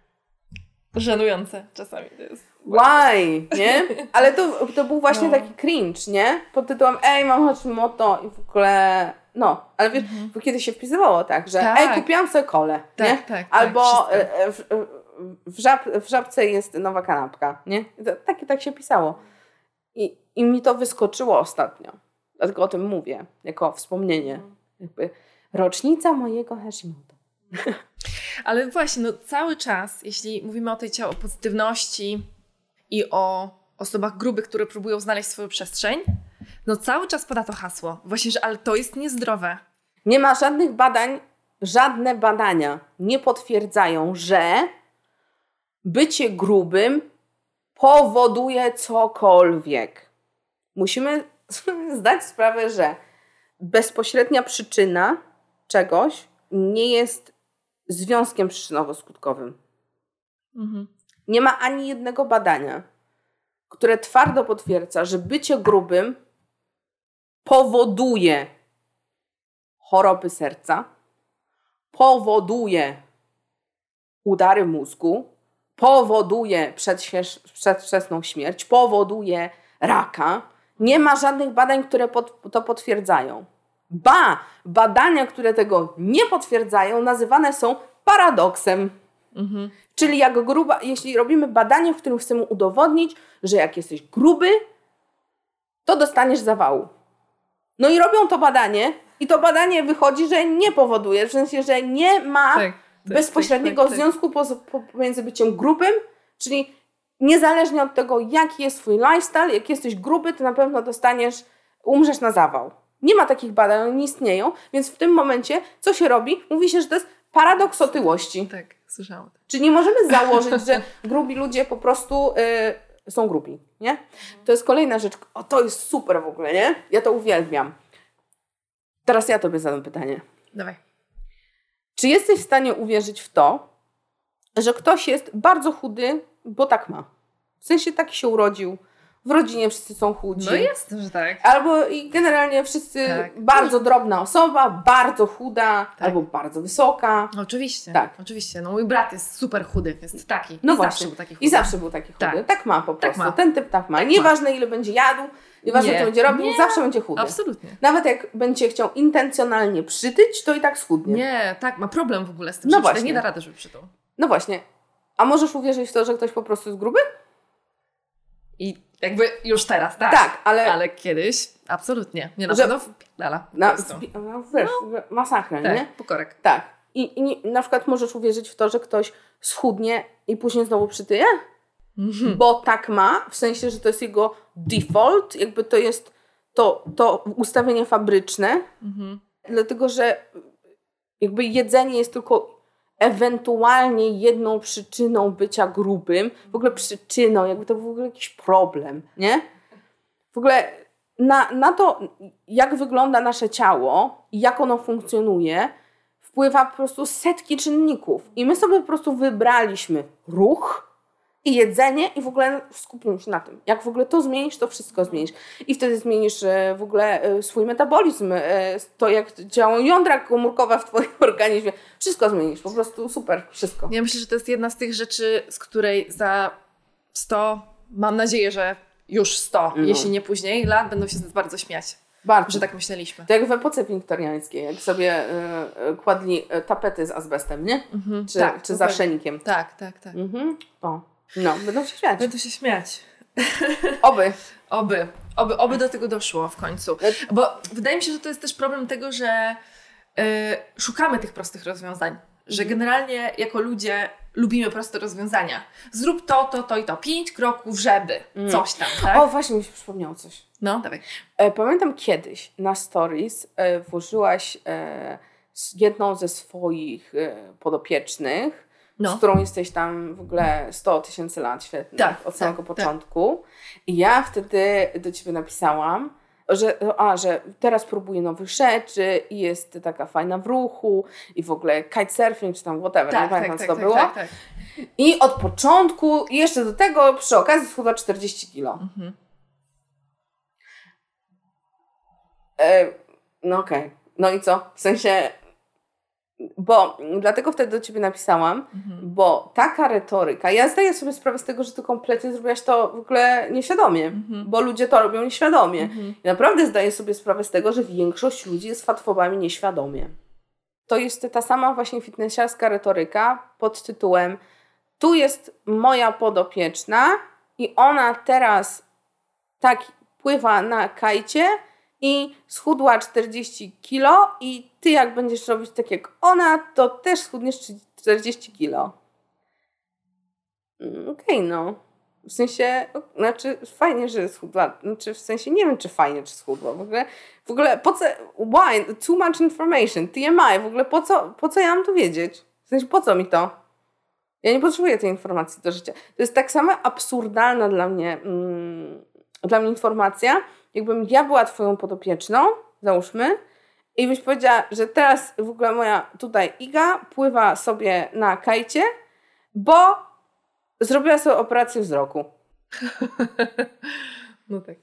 Żenujące czasami to jest. Why? Nie? Ale to, to był właśnie no. taki cringe, nie? Pod tytułem ej, mam Hashimoto i w ogóle... No, ale wiesz, mhm. bo kiedy się wpisywało tak, że tak. ej, kupiłam sobie kolę, tak, nie? Tak, albo tak, w, w, żab, w Żabce jest nowa kanapka, nie? To, tak, tak się pisało. I, I mi to wyskoczyło ostatnio. Dlatego o tym mówię, jako wspomnienie. Mhm. Jakby rocznica mojego Hashimoto. Ale właśnie, no cały czas, jeśli mówimy o tej ciałopozytywności i o osobach grubych, które próbują znaleźć swoją przestrzeń, no cały czas pada to hasło. Właśnie, że ale to jest niezdrowe. Nie ma żadnych badań, żadne badania nie potwierdzają, że bycie grubym powoduje cokolwiek. Musimy zdać sprawę, że bezpośrednia przyczyna czegoś nie jest związkiem przyczynowo-skutkowym. Mhm. Nie ma ani jednego badania, które twardo potwierdza, że bycie grubym powoduje choroby serca, powoduje udary mózgu, powoduje przedwczesną śmierć, powoduje raka. Nie ma żadnych badań, które pod, to potwierdzają. Ba, badania, które tego nie potwierdzają, nazywane są paradoksem. Mhm. Czyli jak gruba, jeśli robimy badanie, w którym chcemy udowodnić, że jak jesteś gruby, to dostaniesz zawału. No i robią to badanie i to badanie wychodzi, że nie powoduje, w sensie, że nie ma tak, tak, bezpośredniego tak, tak, związku tak. pomiędzy byciem grubym, czyli niezależnie od tego, jaki jest twój lifestyle, jak jesteś gruby, to na pewno dostaniesz, umrzesz na zawał. Nie ma takich badań, one nie istnieją, więc w tym momencie co się robi? Mówi się, że to jest paradoks otyłości. Tak, słyszałam. Czyli nie możemy założyć, że grubi ludzie po prostu y, są grubi, nie? Mhm. To jest kolejna rzecz. O, to jest super w ogóle, nie? Ja to uwielbiam. Teraz ja tobie zadam pytanie. Dawaj. Czy jesteś w stanie uwierzyć w to, że ktoś jest bardzo chudy, bo tak ma? W sensie tak się urodził. w rodzinie wszyscy są chudzi. No jest, że tak. Albo i generalnie wszyscy Tak. bardzo drobna osoba, bardzo chuda, tak. albo bardzo wysoka. Oczywiście, tak. oczywiście. No mój brat jest super chudy, jest taki. No I właśnie. zawsze był taki chudy. I zawsze był taki chudy. Tak, tak ma po prostu. Tak ma. Ten typ tak ma. Nieważne ile będzie jadł, nieważne Nie. co będzie robił, Nie. zawsze będzie chudy. Absolutnie. Nawet jak będzie chciał intencjonalnie przytyć, to i tak schudnie. Nie, tak, ma problem w ogóle z tym, No że właśnie. nie da rady, żeby przytył. No właśnie. A możesz uwierzyć w to, że ktoś po prostu jest gruby? I jakby już teraz, tak. Tak, ale... Ale kiedyś absolutnie. Nie, na Że- pewno wpierdala. po Na, prostu. zbi- no, wiesz, masakra, Tak, nie? pokorek. Tak. I, I nie, na przykład możesz uwierzyć w to, że ktoś schudnie i później znowu przytyje? Mhm. Bo tak ma, w sensie, że to jest jego default, jakby to jest to, to ustawienie fabryczne, Mhm. dlatego że jakby jedzenie jest tylko ewentualnie jedną przyczyną bycia grubym, w ogóle przyczyną, jakby to był w ogóle jakiś problem, nie? W ogóle na, na to, jak wygląda nasze ciało i jak ono funkcjonuje, wpływa po prostu setki czynników. I my sobie po prostu wybraliśmy ruch i jedzenie i w ogóle skupimy się na tym. Jak w ogóle to zmienisz, to wszystko zmienisz. I wtedy zmienisz e, w ogóle e, swój metabolizm, e, to jak działają jądra komórkowe w twoim organizmie. Wszystko zmienisz, po prostu super, wszystko. Ja myślę, że to jest jedna z tych rzeczy, z której za sto, mam nadzieję, że już sto, No. jeśli nie później, lat będą się z nas bardzo śmiać, Bardzo. że tak myśleliśmy. To jak w epoce wiktoriańskiej, jak sobie e, e, kładli e, tapety z azbestem, nie? Mhm. Czy, tak, czy z super. arszenikiem. Tak, tak, tak. Mhm. O. No, będą się śmiać. Będą się śmiać. Oby. Oby. Oby, oby do tego doszło w końcu. Bo wydaje mi się, że to jest też problem tego, że y, szukamy tych prostych rozwiązań. Że generalnie jako ludzie lubimy proste rozwiązania. Zrób to, to, to i to. Pięć kroków, żeby. Mm. Coś tam, tak? O, właśnie mi się przypomniało coś. No, dawaj. E, pamiętam kiedyś na stories e, włożyłaś e, s- jedną ze swoich e, podopiecznych, No. z którą jesteś tam w ogóle sto tysięcy lat świetnych Tak, od samego tak, początku. I ja wtedy do ciebie napisałam, że, a, że teraz próbuję nowych rzeczy i jest taka fajna w ruchu i w ogóle kitesurfing czy tam whatever, nie Tak, pamiętam tak, co tak, to tak, było. tak, tak. I od początku, i jeszcze do tego przy okazji schudła czterdzieści kilo. Mhm. E, no okej. Okay. No i co? W sensie, bo dlatego wtedy do ciebie napisałam, Mhm. bo taka retoryka, ja zdaję sobie sprawę z tego, że ty kompletnie zrobiłaś to w ogóle nieświadomie, Mhm. bo ludzie to robią nieświadomie. Mhm. I naprawdę zdaję sobie sprawę z tego, że większość ludzi jest fatfobami nieświadomie. To jest ta sama właśnie fitnessiarska retoryka pod tytułem tu jest moja podopieczna i ona teraz tak pływa na kajcie i schudła czterdzieści kilo i ty jak będziesz robić tak jak ona, to też schudniesz czterdzieści kilo. Mm, Okej, okay, no. W sensie, o, znaczy fajnie, że schudła. Znaczy w sensie nie wiem, czy fajnie, czy schudła. W ogóle, w ogóle po co, why? Too much information, T M I, w ogóle po co, po co ja mam to wiedzieć? W sensie, po co mi to? Ja nie potrzebuję tej informacji do życia. To jest tak samo absurdalna dla mnie, mm, dla mnie informacja, jakbym ja była twoją podopieczną, załóżmy, i byś powiedziała, że teraz w ogóle moja tutaj Iga pływa sobie na kajcie, bo zrobiła sobie operację wzroku. No tak.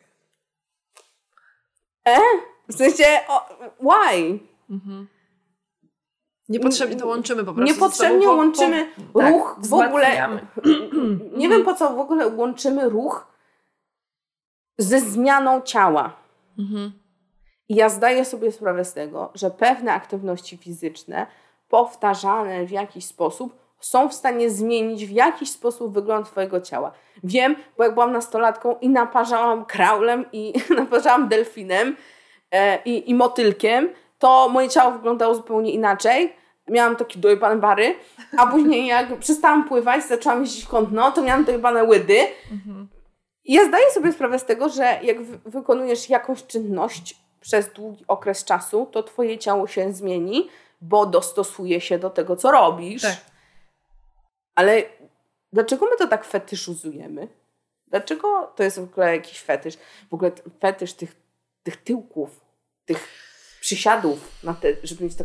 E? W sensie, o, why? Mhm. Niepotrzebnie to łączymy po prostu. Niepotrzebnie ze sobą, bo- łączymy bo- ruch tak, w ogóle. wzmacniamy. Nie wiem, po co w ogóle łączymy ruch ze zmianą ciała. Mhm. I ja zdaję sobie sprawę z tego, że pewne aktywności fizyczne powtarzane w jakiś sposób są w stanie zmienić w jakiś sposób wygląd twojego ciała. Wiem, bo jak byłam nastolatką i naparzałam kraulem i naparzałam delfinem e, i, i motylkiem, to moje ciało wyglądało zupełnie inaczej. Miałam takie dojebane bary, a później jak przestałam pływać, zaczęłam jeździć kątno, to miałam dojebane łydy. Mhm. I ja zdaję sobie sprawę z tego, że jak wy- wykonujesz jakąś czynność przez długi okres czasu, to twoje ciało się zmieni, bo dostosuje się do tego, co robisz. Tak. Ale dlaczego my to tak fetyszyzujemy? Dlaczego to jest w ogóle jakiś fetysz? W ogóle t- fetysz tych, tych tyłków, tych przysiadów, na te, żeby mieć taką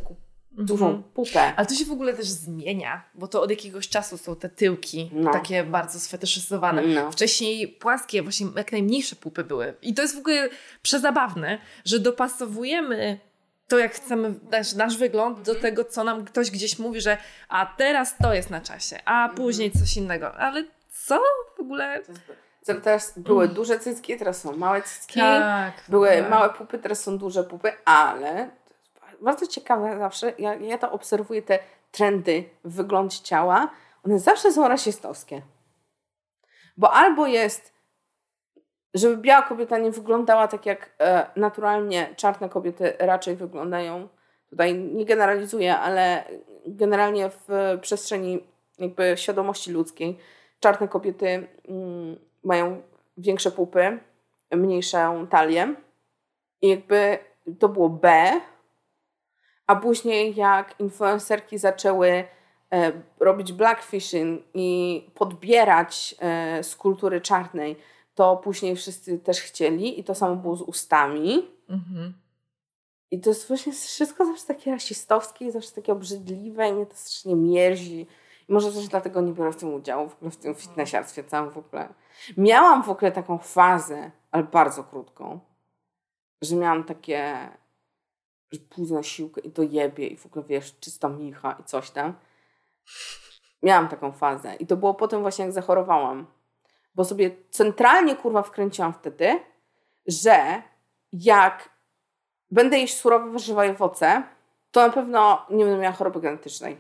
dużą mm-hmm. pupę. Ale to się w ogóle też zmienia, bo to od jakiegoś czasu są te tyłki no. takie bardzo sfetyszyzowane. No. Wcześniej płaskie, właśnie jak najmniejsze pupy były. I to jest w ogóle przezabawne, że dopasowujemy to, jak chcemy, nasz, nasz wygląd do tego, co nam ktoś gdzieś mówi, że a teraz to jest na czasie, a później coś innego. Ale co w ogóle... Teraz były mm. duże cycki, teraz są małe cycki. Tak, były tak. małe pupy, teraz są duże pupy, ale bardzo ciekawe zawsze, ja, ja to obserwuję, te trendy w wyglądzie ciała, one zawsze są rasistowskie. Bo albo jest, żeby biała kobieta nie wyglądała tak jak e, naturalnie czarne kobiety raczej wyglądają. Tutaj nie generalizuję, ale generalnie w przestrzeni jakby świadomości ludzkiej czarne kobiety mm, mają większe pupy, mniejszą talię. I jakby to było B, a później jak influencerki zaczęły e, robić blackfishing i podbierać e, z kultury czarnej, to później wszyscy też chcieli i to samo było z ustami. Mhm. I to jest właśnie wszystko zawsze takie rasistowskie i zawsze takie obrzydliwe i mnie to strasznie mierzi. I może też dlatego nie biorę w tym udziału, w ogóle w tym fitnessiarstwie całym w ogóle. Miałam w ogóle taką fazę, ale bardzo krótką, że miałam takie, że pójdę na siłkę i to jebie i w ogóle wiesz, czysta micha i coś tam. Miałam taką fazę i to było potem właśnie jak zachorowałam. Bo sobie centralnie kurwa wkręciłam wtedy, że jak będę jeść surowe warzywa i owoce, to na pewno nie będę miała choroby genetycznej.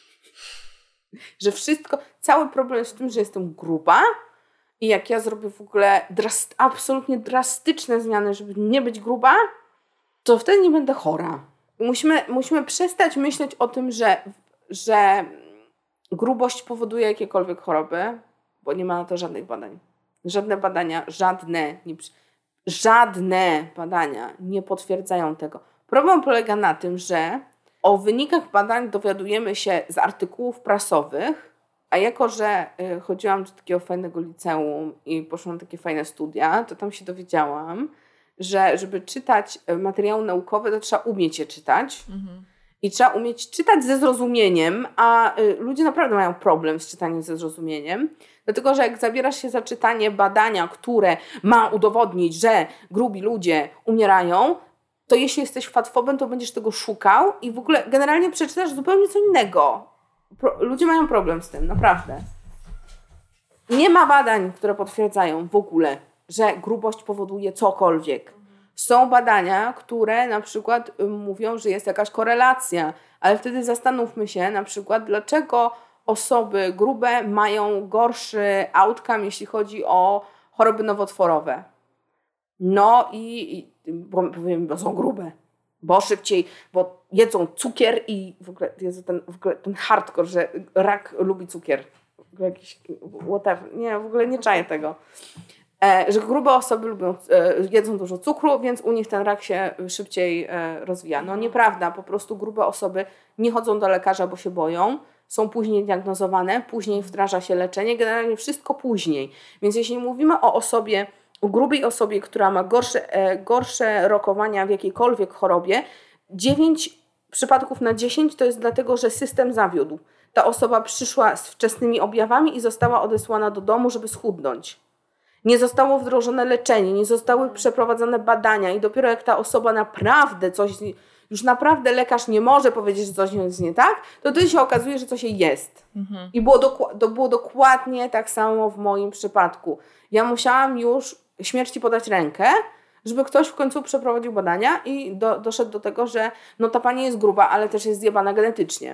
Że wszystko, cały problem jest w tym, że jestem gruba i jak ja zrobię w ogóle drast, absolutnie drastyczne zmiany, żeby nie być gruba, to wtedy nie będę chora. Musimy, musimy przestać myśleć o tym, że, że grubość powoduje jakiekolwiek choroby, bo nie ma na to żadnych badań. Żadne badania, żadne, nie, żadne badania nie potwierdzają tego. Problem polega na tym, że o wynikach badań dowiadujemy się z artykułów prasowych, a jako, że y, chodziłam do takiego fajnego liceum i poszłam na takie fajne studia, to tam się dowiedziałam, że żeby czytać materiały naukowe, to trzeba umieć je czytać. Mhm. I trzeba umieć czytać ze zrozumieniem, a y, ludzie naprawdę mają problem z czytaniem ze zrozumieniem. Dlatego, że jak zabierasz się za czytanie badania, które ma udowodnić, że grubi ludzie umierają, to jeśli jesteś fatfobem, to będziesz tego szukał i w ogóle generalnie przeczytasz zupełnie co innego. Pro, ludzie mają problem z tym, naprawdę. Nie ma badań, które potwierdzają w ogóle, że grubość powoduje cokolwiek. Są badania, które na przykład mówią, że jest jakaś korelacja, ale wtedy zastanówmy się na przykład, dlaczego osoby grube mają gorszy outcome, jeśli chodzi o choroby nowotworowe. No i, i bo, powiem, bo są grube, bo szybciej, bo jedzą cukier i w ogóle, Jezu, ten, w ogóle ten hardcore, że rak lubi cukier. W ogóle jakiś whatever. Nie, w ogóle nie czaję tego. E, że grube osoby lubią, e, jedzą dużo cukru, więc u nich ten rak się szybciej e, rozwija. No nieprawda, po prostu grube osoby nie chodzą do lekarza, bo się boją, są później diagnozowane, później wdraża się leczenie, generalnie wszystko później. Więc jeśli mówimy o osobie, o grubej osobie, która ma gorsze, e, gorsze rokowania w jakiejkolwiek chorobie, dziewięć przypadków na dziesięć to jest dlatego, że system zawiódł. Ta osoba przyszła z wczesnymi objawami i została odesłana do domu, żeby schudnąć. Nie zostało wdrożone leczenie, nie zostały przeprowadzone badania i dopiero jak ta osoba naprawdę coś, już naprawdę lekarz nie może powiedzieć, że coś jest nie tak, to wtedy się okazuje, że coś jest. Mhm. I było, doku- to było dokładnie tak samo w moim przypadku. Ja musiałam już śmierci podać rękę, żeby ktoś w końcu przeprowadził badania i do, doszedł do tego, że no ta pani jest gruba, ale też jest zjebana genetycznie.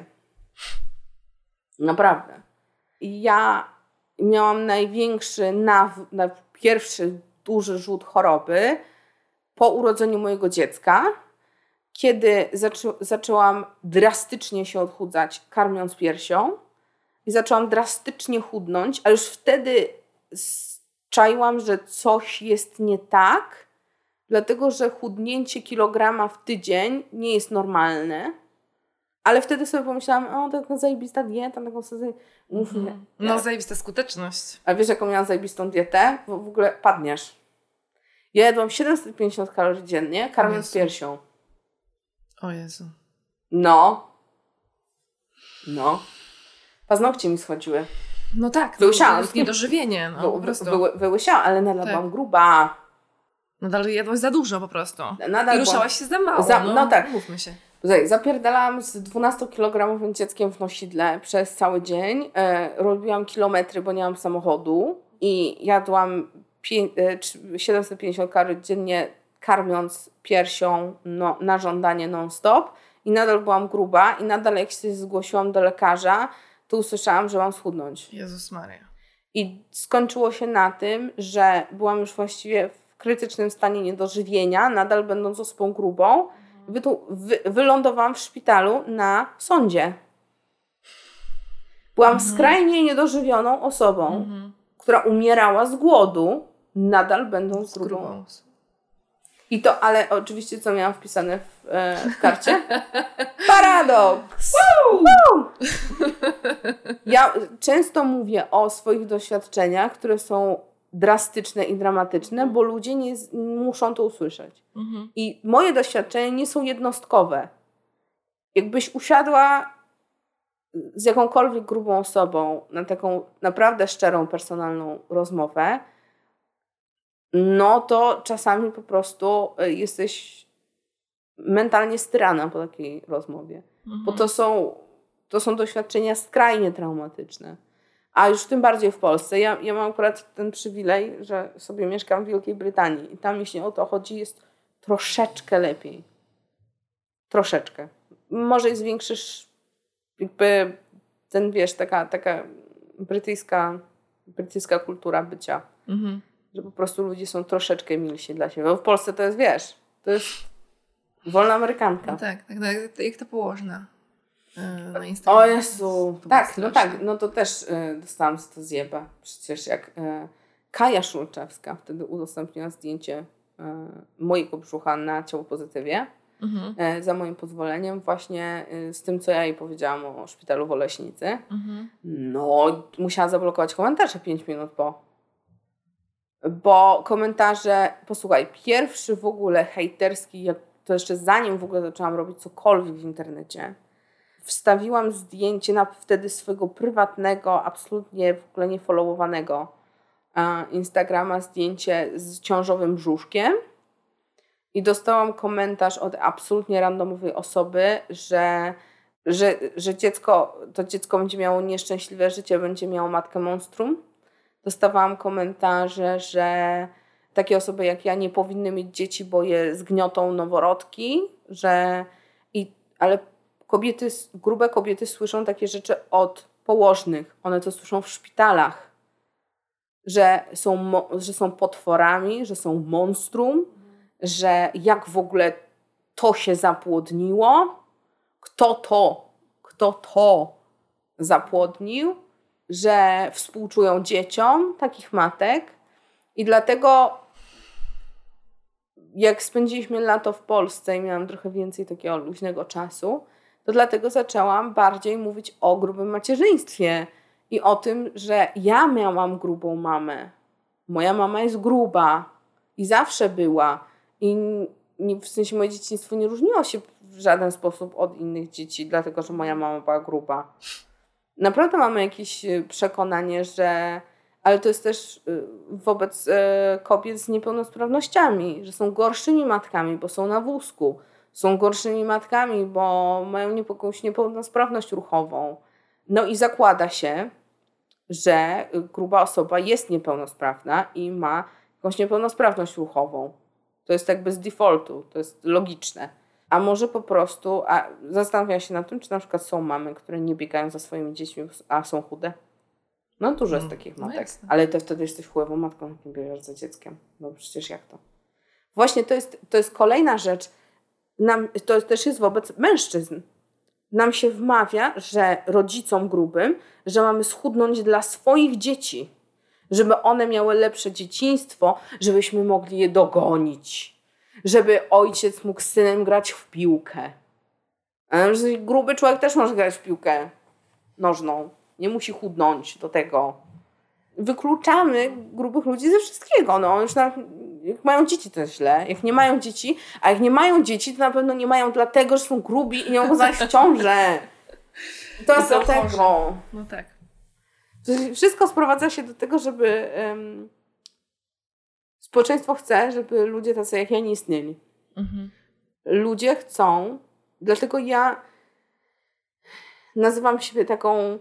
Naprawdę. I ja miałam największy, na, na pierwszy duży rzut choroby po urodzeniu mojego dziecka, kiedy zaczę, zaczęłam drastycznie się odchudzać, karmiąc piersią i zaczęłam drastycznie chudnąć, a już wtedy czaiłam, że coś jest nie tak, dlatego że chudnięcie kilograma w tydzień nie jest normalne. Ale wtedy sobie pomyślałam, o, to taka zajebista dieta, taką sobie... Mm-hmm. No, zajebista skuteczność. A wiesz, jaką miałam zajebistą dietę? W, w ogóle padniesz. Ja jadłam siedemset pięćdziesiąt kalorii dziennie, karmiąc piersią. O Jezu. No. No. Paznokcie mi schodziły. No tak, wyłysiałam. To jest niedożywienie. No, po prostu. Wy, wy, wyłysiałam, ale nadal tak. byłam gruba. Nadal jadłaś za dużo po prostu. Nadal I ruszałaś się za mało. Za, no, no tak. Mówmy się. Zapierdalałam z dwunastokilogramowym dzieckiem w nosidle przez cały dzień. E, robiłam kilometry, bo nie mam samochodu. I jadłam pię- e, siedemset pięćdziesiąt kalorii dziennie, karmiąc piersią no, na żądanie non-stop. I nadal byłam gruba. I nadal jak się zgłosiłam do lekarza, to usłyszałam, że mam schudnąć. Jezus Maria. I skończyło się na tym, że byłam już właściwie w krytycznym stanie niedożywienia, nadal będąc osobą grubą. Wy, wy, wylądowałam w szpitalu na sądzie. Byłam mhm. skrajnie niedożywioną osobą, mhm. która umierała z głodu, nadal będąc z grubą. grubą. I to, ale oczywiście co miałam wpisane w, e, w karcie? Paradoks! Woo! Woo! Ja często mówię o swoich doświadczeniach, które są drastyczne i dramatyczne, bo ludzie nie z, muszą to usłyszeć. Mhm. I moje doświadczenia nie są jednostkowe. Jakbyś usiadła z jakąkolwiek grubą osobą na taką naprawdę szczerą, personalną rozmowę, no to czasami po prostu jesteś mentalnie styrana po takiej rozmowie. Mhm. Bo to są, to są doświadczenia skrajnie traumatyczne. A już tym bardziej w Polsce. Ja, ja mam akurat ten przywilej, że sobie mieszkam w Wielkiej Brytanii i tam, jeśli o to chodzi, jest troszeczkę lepiej. Troszeczkę. Może jest większy jakby ten, wiesz, taka, taka brytyjska, brytyjska kultura bycia. Mhm. Że po prostu ludzie są troszeczkę milsi dla siebie. Bo w Polsce to jest, wiesz, to jest wolna Amerykanka. No tak, tak, tak, jak to położna na Instagramie. O Jezu, tak, no tak, no to też y, dostałam z to zjeba. Przecież jak y, Kaja Szulczewska wtedy udostępniła zdjęcie y, mojego brzucha na Ciało Pozytywie, mhm. y, za moim pozwoleniem, właśnie y, z tym, co ja jej powiedziałam o szpitalu w Oleśnicy. Mhm. No, musiała zablokować komentarze pięć minut po. Bo komentarze, posłuchaj, pierwszy w ogóle hejterski, jak to jeszcze zanim w ogóle zaczęłam robić cokolwiek w internecie, wstawiłam zdjęcie na wtedy swojego prywatnego, absolutnie w ogóle niefollowowanego Instagrama, zdjęcie z ciążowym brzuszkiem i dostałam komentarz od absolutnie randomowej osoby, że, że, że dziecko, to dziecko będzie miało nieszczęśliwe życie, będzie miało matkę monstrum. Dostawałam komentarze, że takie osoby jak ja nie powinny mieć dzieci, bo je zgniotą noworodki, że i, ale kobiety, grube kobiety słyszą takie rzeczy od położnych. One to słyszą w szpitalach, że są, że są potworami, że są monstrum, że jak w ogóle to się zapłodniło, kto to, kto to zapłodnił, że współczują dzieciom takich matek i dlatego jak spędziliśmy lato w Polsce i miałam trochę więcej takiego luźnego czasu, to dlatego zaczęłam bardziej mówić o grubym macierzyństwie i o tym, że ja miałam grubą mamę. Moja mama jest gruba i zawsze była i nie, w sensie moje dzieciństwo nie różniło się w żaden sposób od innych dzieci, dlatego że moja mama była gruba. Naprawdę mamy jakieś przekonanie, że... Ale to jest też wobec kobiet z niepełnosprawnościami, że są gorszymi matkami, bo są na wózku. Są gorszymi matkami, bo mają jakąś niepełnosprawność ruchową. No i zakłada się, że gruba osoba jest niepełnosprawna i ma jakąś niepełnosprawność ruchową. To jest jakby z defaultu, to jest logiczne. A może po prostu, a zastanawiam się nad tym, czy na przykład są mamy, które nie biegają za swoimi dziećmi, a są chude. No dużo jest takich matek, no ale ty wtedy jesteś chłową matką, jak nie biegasz za dzieckiem. No przecież jak to? Właśnie to jest, to jest kolejna rzecz. Nam, to też jest wobec mężczyzn. Nam się wmawia, że rodzicom grubym, że mamy schudnąć dla swoich dzieci. Żeby one miały lepsze dzieciństwo, żebyśmy mogli je dogonić. Żeby ojciec mógł z synem grać w piłkę. A gruby człowiek też może grać w piłkę nożną. Nie musi chudnąć do tego. Wykluczamy grubych ludzi ze wszystkiego. No. Już na, jak mają dzieci, to jest źle. Jak nie mają dzieci, a jak nie mają dzieci, to na pewno nie mają dlatego, że są grubi i nie mogą zajść w ciążę. To jest dlatego. No tak. Wszystko sprowadza się do tego, żeby um, społeczeństwo chce, żeby ludzie tacy jak ja nie istnieli. Mhm. Ludzie chcą, dlatego ja nazywam siebie taką y,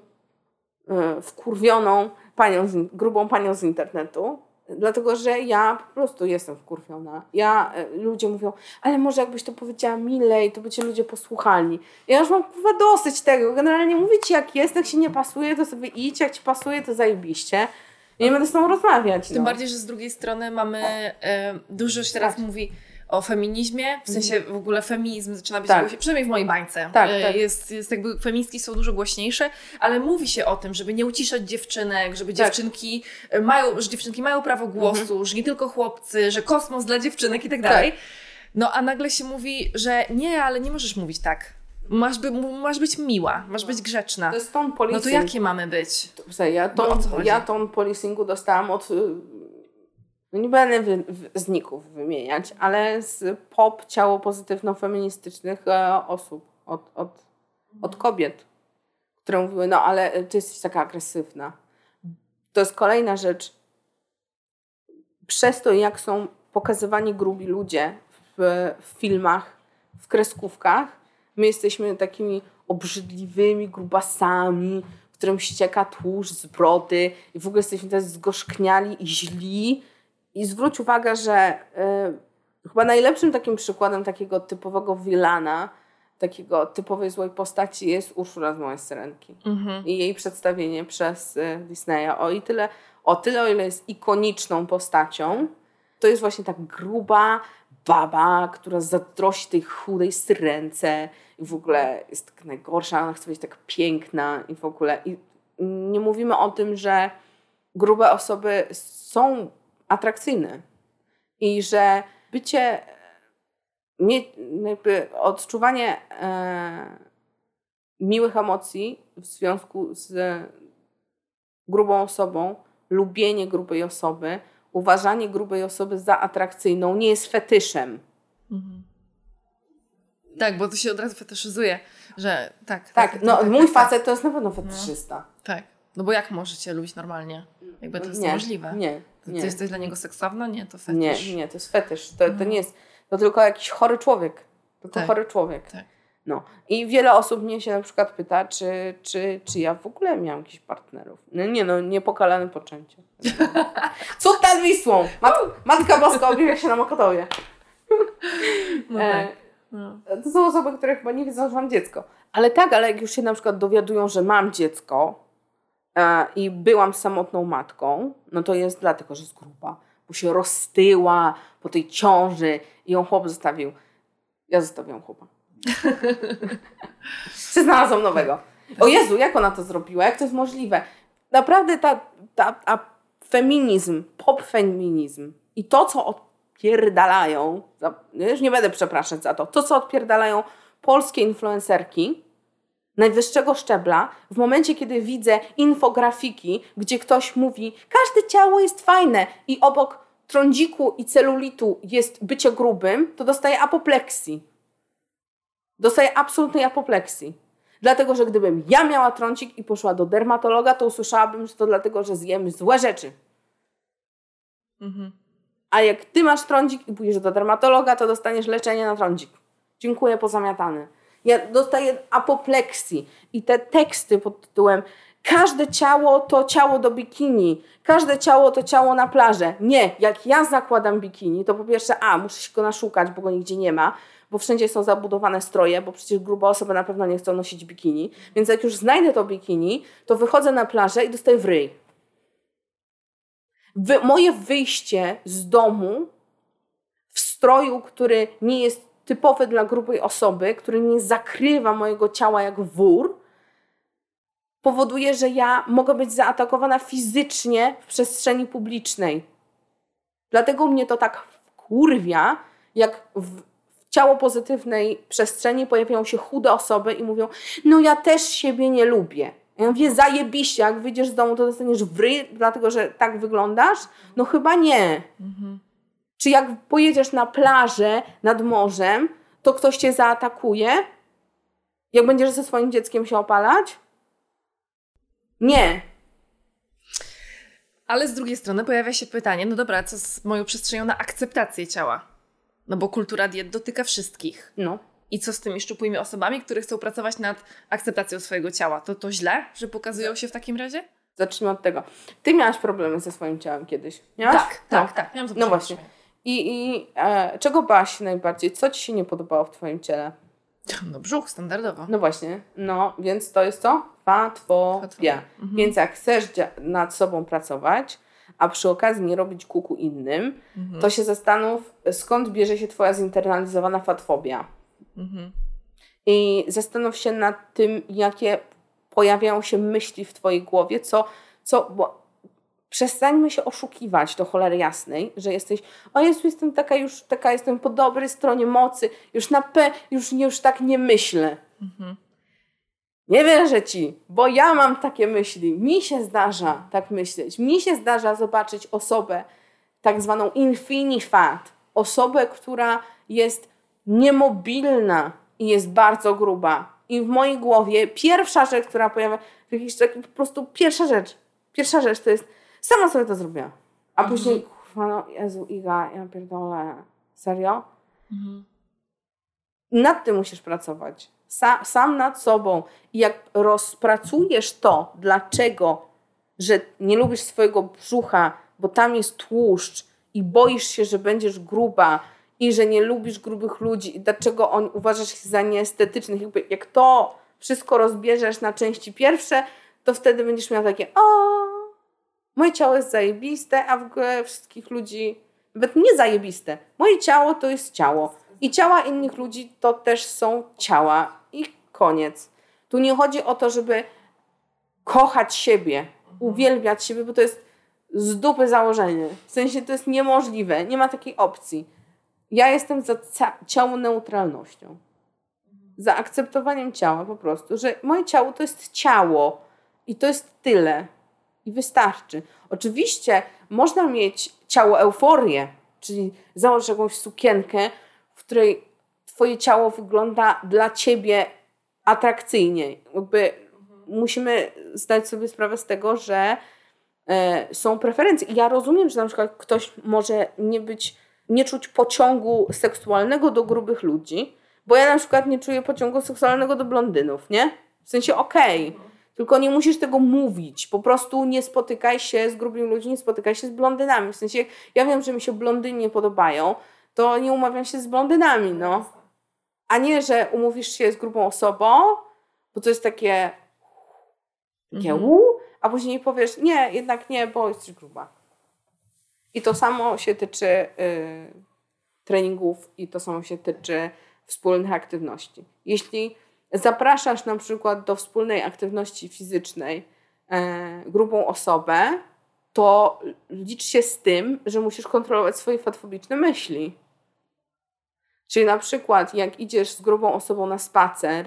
wkurwioną panią, z, grubą panią z internetu, dlatego że ja po prostu jestem wkurwiona. Ja, y, ludzie mówią, ale może jakbyś to powiedziała milej, to by cię ludzie posłuchali. Ja już mam kurwa dosyć tego. Generalnie mówię ci jak jest, jak się nie pasuje, to sobie idź, jak ci pasuje, to zajebiście. I nie będę z tobą rozmawiać. Tym no. bardziej, że z drugiej strony mamy, y, dużo się teraz tak. mówi o feminizmie, w sensie w ogóle feminizm zaczyna być, tak. głośniej, przynajmniej w mojej bańce. Tak, tak. Jest, jest jakby, feministki są dużo głośniejsze, ale mówi się o tym, żeby nie uciszać dziewczynek, żeby tak. dziewczynki mają, że dziewczynki mają prawo głosu, mhm. że nie tylko chłopcy, że kosmos dla dziewczynek i tak dalej. Tak. No a nagle się mówi, że nie, ale nie możesz mówić tak. Masz, by, masz być miła, masz być grzeczna. To jest tone policing. No to jakie mamy być? To, ja ton, no, ja ton policingu dostałam od... No nie będę wy, wy, zników wymieniać, ale z pop ciało pozytywno-feministycznych e, osób, od, od, od kobiet, które mówiły, no ale ty jesteś taka agresywna. To jest kolejna rzecz. Przez to, jak są pokazywani grubi ludzie w, w filmach, w kreskówkach, my jesteśmy takimi obrzydliwymi grubasami, w którym ścieka tłuszcz z brody i w ogóle jesteśmy też zgorzkniali i źli. I zwróć uwagę, że y, chyba najlepszym takim przykładem takiego typowego wilana, takiego typowej złej postaci jest Urszula z Małej Syrenki. Mm-hmm. I jej przedstawienie przez y, Disneya. O, i tyle, o tyle, o ile jest ikoniczną postacią, to jest właśnie tak gruba baba, która zazdrości tej chudej Syrence i w ogóle jest tak najgorsza, ona chce być tak piękna i w ogóle. I nie mówimy o tym, że grube osoby są atrakcyjne i że bycie, nie, jakby odczuwanie e, miłych emocji w związku z grubą osobą, lubienie grubej osoby, uważanie grubej osoby za atrakcyjną nie jest fetyszem. Mhm. Tak, bo to się od razu fetyszyzuje, że tak. Tak, tak no tak, mój tak, facet tak. to jest na pewno fetyszysta. No, tak, no bo jak możecie lubić normalnie? Jakby to jest nie, niemożliwe. Nie, nie. Ty jesteś dla niego seksowna? Nie, to fetysz. Nie, nie, to jest fetysz. To, to nie jest, to tylko jakiś chory człowiek. Tylko tak. chory człowiek. Tak. No. I wiele osób mnie się na przykład pyta, czy, czy, czy ja w ogóle miałam jakichś partnerów. No nie no, niepokalane poczęcie. Cud nad Wisłą! Mat, Matka Boska objawia się na Mokotowie. No tak. No. To są osoby, które chyba nie wiedzą, że mam dziecko. Ale tak, ale jak już się na przykład dowiadują, że mam dziecko e, i byłam samotną matką, no to jest dlatego, że jest gruba. Bo się roztyła po tej ciąży i ją chłop zostawił. Ja zostawiłam chłopa. Czy znalazłam nowego. O Jezu, jak ona to zrobiła? Jak to jest możliwe? Naprawdę ta, ta, ta feminizm, pop-feminizm i to, co odpierdalają, już nie będę przepraszać za to, to, co odpierdalają polskie influencerki najwyższego szczebla, w momencie, kiedy widzę infografiki, gdzie ktoś mówi, każde ciało jest fajne i obok trądziku i celulitu jest bycie grubym, to dostaję apopleksji. Dostaję absolutnej apopleksji. Dlatego, że gdybym ja miała trądzik i poszła do dermatologa, to usłyszałabym, że to dlatego, że zjem złe rzeczy. Mhm. A jak ty masz trądzik i pójdziesz do dermatologa, to dostaniesz leczenie na trądzik. Dziękuję, pozamiatany. Ja dostaję apopleksji i te teksty pod tytułem każde ciało to ciało do bikini, każde ciało to ciało na plażę. Nie, jak ja zakładam bikini, to po pierwsze, a, muszę się go naszukać, bo go nigdzie nie ma, bo wszędzie są zabudowane stroje, bo przecież grube osoby na pewno nie chcą nosić bikini. Więc jak już znajdę to bikini, to wychodzę na plażę i dostaję w ryj. Wy, moje wyjście z domu w stroju, który nie jest typowy dla grubej osoby, który nie zakrywa mojego ciała jak wór, powoduje, że ja mogę być zaatakowana fizycznie w przestrzeni publicznej. Dlatego mnie to tak wkurwia, jak w ciało pozytywnej przestrzeni pojawiają się chude osoby i mówią, no ja też siebie nie lubię. Ja mówię, zajebiście, jak wyjdziesz z domu, to dostaniesz w ryj, dlatego że tak wyglądasz? No chyba nie. Mhm. Czy jak pojedziesz na plażę nad morzem, to ktoś cię zaatakuje Jak będziesz ze swoim dzieckiem się opalać? Nie. Ale z drugiej strony pojawia się pytanie, no dobra, co z moją przestrzenią na akceptację ciała? No bo kultura diet dotyka wszystkich. No. I co z tymi szczupłymi osobami, które chcą pracować nad akceptacją swojego ciała? To to źle, że pokazują się w takim razie? Zacznijmy od tego. Ty miałaś problemy ze swoim ciałem kiedyś, miałaś? Tak, tak, no. tak. Miałam to no właśnie. I, i e, czego bałaś się najbardziej? Co ci się nie podobało w twoim ciele? No brzuch, standardowo. No właśnie. No, więc to jest co? Fatwobia. Mhm. Więc jak chcesz nad sobą pracować, a przy okazji nie robić kuku innym, mhm. to się zastanów, skąd bierze się twoja zinternalizowana fatwobia. Mhm. I zastanów się nad tym, jakie pojawiają się myśli w twojej głowie, co, co bo przestańmy się oszukiwać do cholery jasnej, że jesteś, o Jezu, jestem taka już, taka jestem po dobrej stronie mocy, już na P, już, już tak nie myślę. Mhm. Nie wierzę ci, bo ja mam takie myśli. Mi się zdarza tak myśleć. Mi się zdarza zobaczyć osobę, tak zwaną infini fat, osobę, która jest niemobilna i jest bardzo gruba. I w mojej głowie pierwsza rzecz, która pojawia, jakiś taki po prostu pierwsza rzecz, pierwsza rzecz to jest, sama sobie to zrobiła. A mhm. później, kurwa, no Jezu, Iga, ja pierdolę, serio? Mhm. Nad tym musisz pracować. Sa, sam nad sobą. I jak rozpracujesz to, dlaczego, że nie lubisz swojego brzucha, bo tam jest tłuszcz i boisz się, że będziesz gruba i że nie lubisz grubych ludzi i dlaczego on uważasz się za nieestetycznych. Jakby jak to wszystko rozbierzesz na części pierwsze, to wtedy będziesz miał takie o, moje ciało jest zajebiste, a w ogóle wszystkich ludzi nawet nie zajebiste. Moje ciało to jest ciało. I ciała innych ludzi to też są ciała. I koniec. Tu nie chodzi o to, żeby kochać siebie, uwielbiać siebie, bo to jest z dupy założenie. W sensie to jest niemożliwe. Nie ma takiej opcji. Ja jestem za ca- ciałą neutralnością. Za akceptowaniem ciała po prostu, że moje ciało to jest ciało i to jest tyle. I wystarczy. Oczywiście można mieć ciało euforię, czyli założyć jakąś sukienkę, w której twoje ciało wygląda dla ciebie atrakcyjnie. Jakby musimy zdać sobie sprawę z tego, że e, są preferencje. I ja rozumiem, że na przykład ktoś może nie być, nie czuć pociągu seksualnego do grubych ludzi, bo ja na przykład nie czuję pociągu seksualnego do blondynów, nie? W sensie okej, okay, tylko nie musisz tego mówić. Po prostu nie spotykaj się z grubymi ludźmi, nie spotykaj się z blondynami. W sensie ja wiem, że mi się blondyny nie podobają, to nie umawiam się z blondynami, no. A nie, że umówisz się z grubą osobą, bo to jest takie takie mm-hmm. uu, a później powiesz, nie, jednak nie, bo jesteś gruba. I to samo się tyczy y, treningów i to samo się tyczy wspólnych aktywności. Jeśli zapraszasz na przykład do wspólnej aktywności fizycznej y, grubą osobę, to licz się z tym, że musisz kontrolować swoje fatfobiczne myśli. Czyli na przykład jak idziesz z grubą osobą na spacer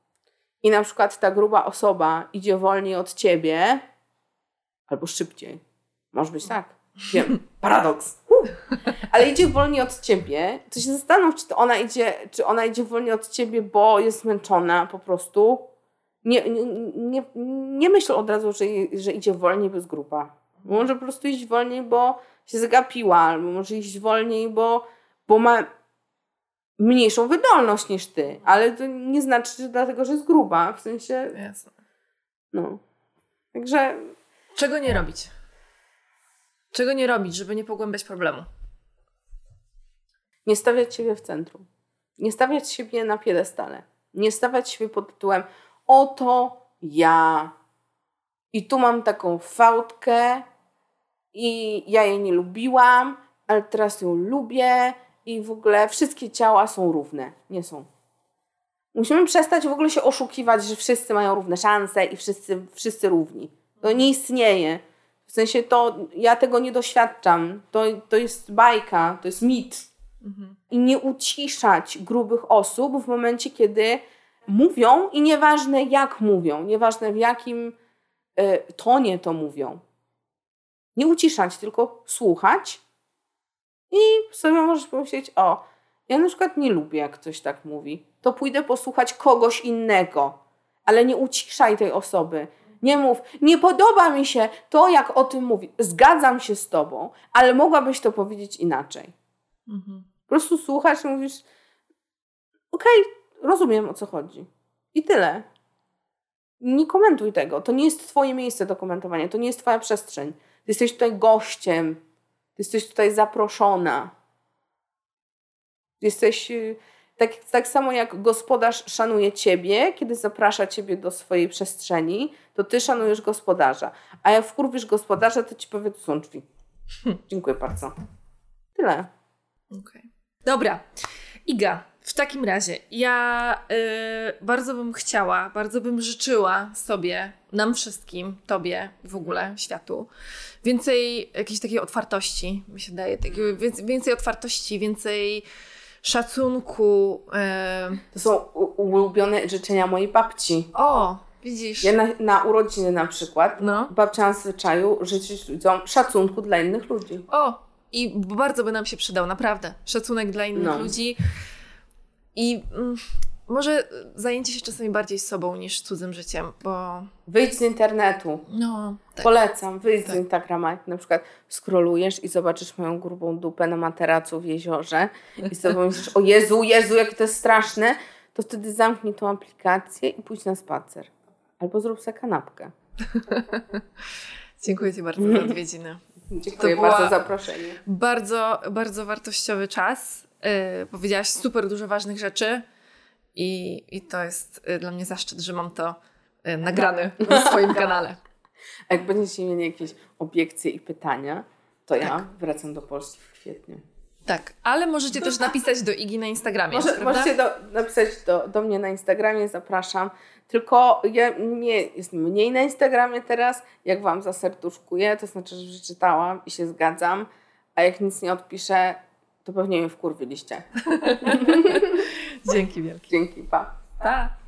i na przykład ta gruba osoba idzie wolniej od ciebie albo szybciej. Może być tak. Wiem. Paradoks. Uh. Ale idzie wolniej od ciebie, to się zastanów, czy to ona idzie, czy ona idzie wolniej od ciebie, bo jest zmęczona po prostu. Nie, nie, nie, nie myśl od razu, że, że idzie wolniej, bo jest gruba. Może po prostu iść wolniej, bo się zagapiła, albo może iść wolniej, bo, bo ma mniejszą wydolność niż ty, ale to nie znaczy, że dlatego, że jest gruba, w sensie... Jasne. No. Także... Czego nie robić? Czego nie robić, żeby nie pogłębiać problemu? Nie stawiać siebie w centrum. Nie stawiać siebie na piedestale. Nie stawiać siebie pod tytułem oto ja. I tu mam taką fałdkę i ja jej nie lubiłam, ale teraz ją lubię i w ogóle wszystkie ciała są równe. Nie są. Musimy przestać w ogóle się oszukiwać, że wszyscy mają równe szanse i wszyscy, wszyscy równi. To nie istnieje. W sensie to, ja tego nie doświadczam. To, to jest bajka, to jest mit. Mhm. I nie uciszać grubych osób w momencie, kiedy mówią i nieważne jak mówią, nieważne w jakim y, tonie to mówią. Nie uciszać, tylko słuchać i sobie możesz pomyśleć, o, Ja na przykład nie lubię, jak ktoś tak mówi. To pójdę posłuchać kogoś innego, ale nie uciszaj tej osoby. Nie mów, nie podoba mi się to, jak o tym mówi. Zgadzam się z tobą, ale mogłabyś to powiedzieć inaczej. Mhm. Po prostu słuchasz i mówisz, okej, okay, rozumiem, o co chodzi. I tyle. Nie komentuj tego. To nie jest twoje miejsce do komentowania. To nie jest twoja przestrzeń. Ty jesteś tutaj gościem. Ty jesteś tutaj zaproszona. Ty jesteś... Tak, tak samo jak gospodarz szanuje ciebie, kiedy zaprasza ciebie do swojej przestrzeni, to ty szanujesz gospodarza. A jak wkurwisz gospodarza, to ci powie, tu są drzwi. Dziękuję bardzo. Tyle. Okay. Dobra. Iga, w takim razie ja yy, bardzo bym chciała, bardzo bym życzyła sobie, nam wszystkim, tobie, w ogóle, światu, więcej jakiejś takiej otwartości, mi się daje, takiego, więcej, więcej otwartości, więcej szacunku. Yy. To są u- ulubione życzenia mojej babci. O, widzisz. Ja na, na urodziny na przykład, no. babcia na zwyczaju życzyć ludziom szacunku dla innych ludzi. O, i bardzo by nam się przydał, naprawdę. Szacunek dla innych no. ludzi. I mm, może zajęcie się czasami bardziej sobą niż cudzym życiem, bo... Wyjdź z internetu. No, tak. Polecam, wyjdź tak. z Instagrama. Jak na przykład scrollujesz i zobaczysz moją grubą dupę na materacu w jeziorze i sobie myślisz, o Jezu, Jezu, jak to jest straszne, to wtedy zamknij tą aplikację i pójdź na spacer. Albo zrób sobie kanapkę. Dziękuję ci bardzo za odwiedziny. Dziękuję bardzo za zaproszenie. Bardzo, bardzo wartościowy czas. Yy, powiedziałaś super dużo ważnych rzeczy i, i to jest yy, dla mnie zaszczyt, że mam to yy, nagrane na swoim kanale. A jak będziecie mieli jakieś obiekcje i pytania, to ja tak. wracam do Polski w kwietniu. Tak, ale możecie też napisać do Igi na Instagramie. Może, możecie do, napisać do, do mnie na Instagramie, zapraszam. Tylko ja nie jest mniej na Instagramie teraz, jak wam zaserduszkuję, to znaczy, że przeczytałam i się zgadzam, a jak nic nie odpiszę, to pewnie mnie wkurwiliście. Dzięki wielkie. Dzięki, pa. Pa.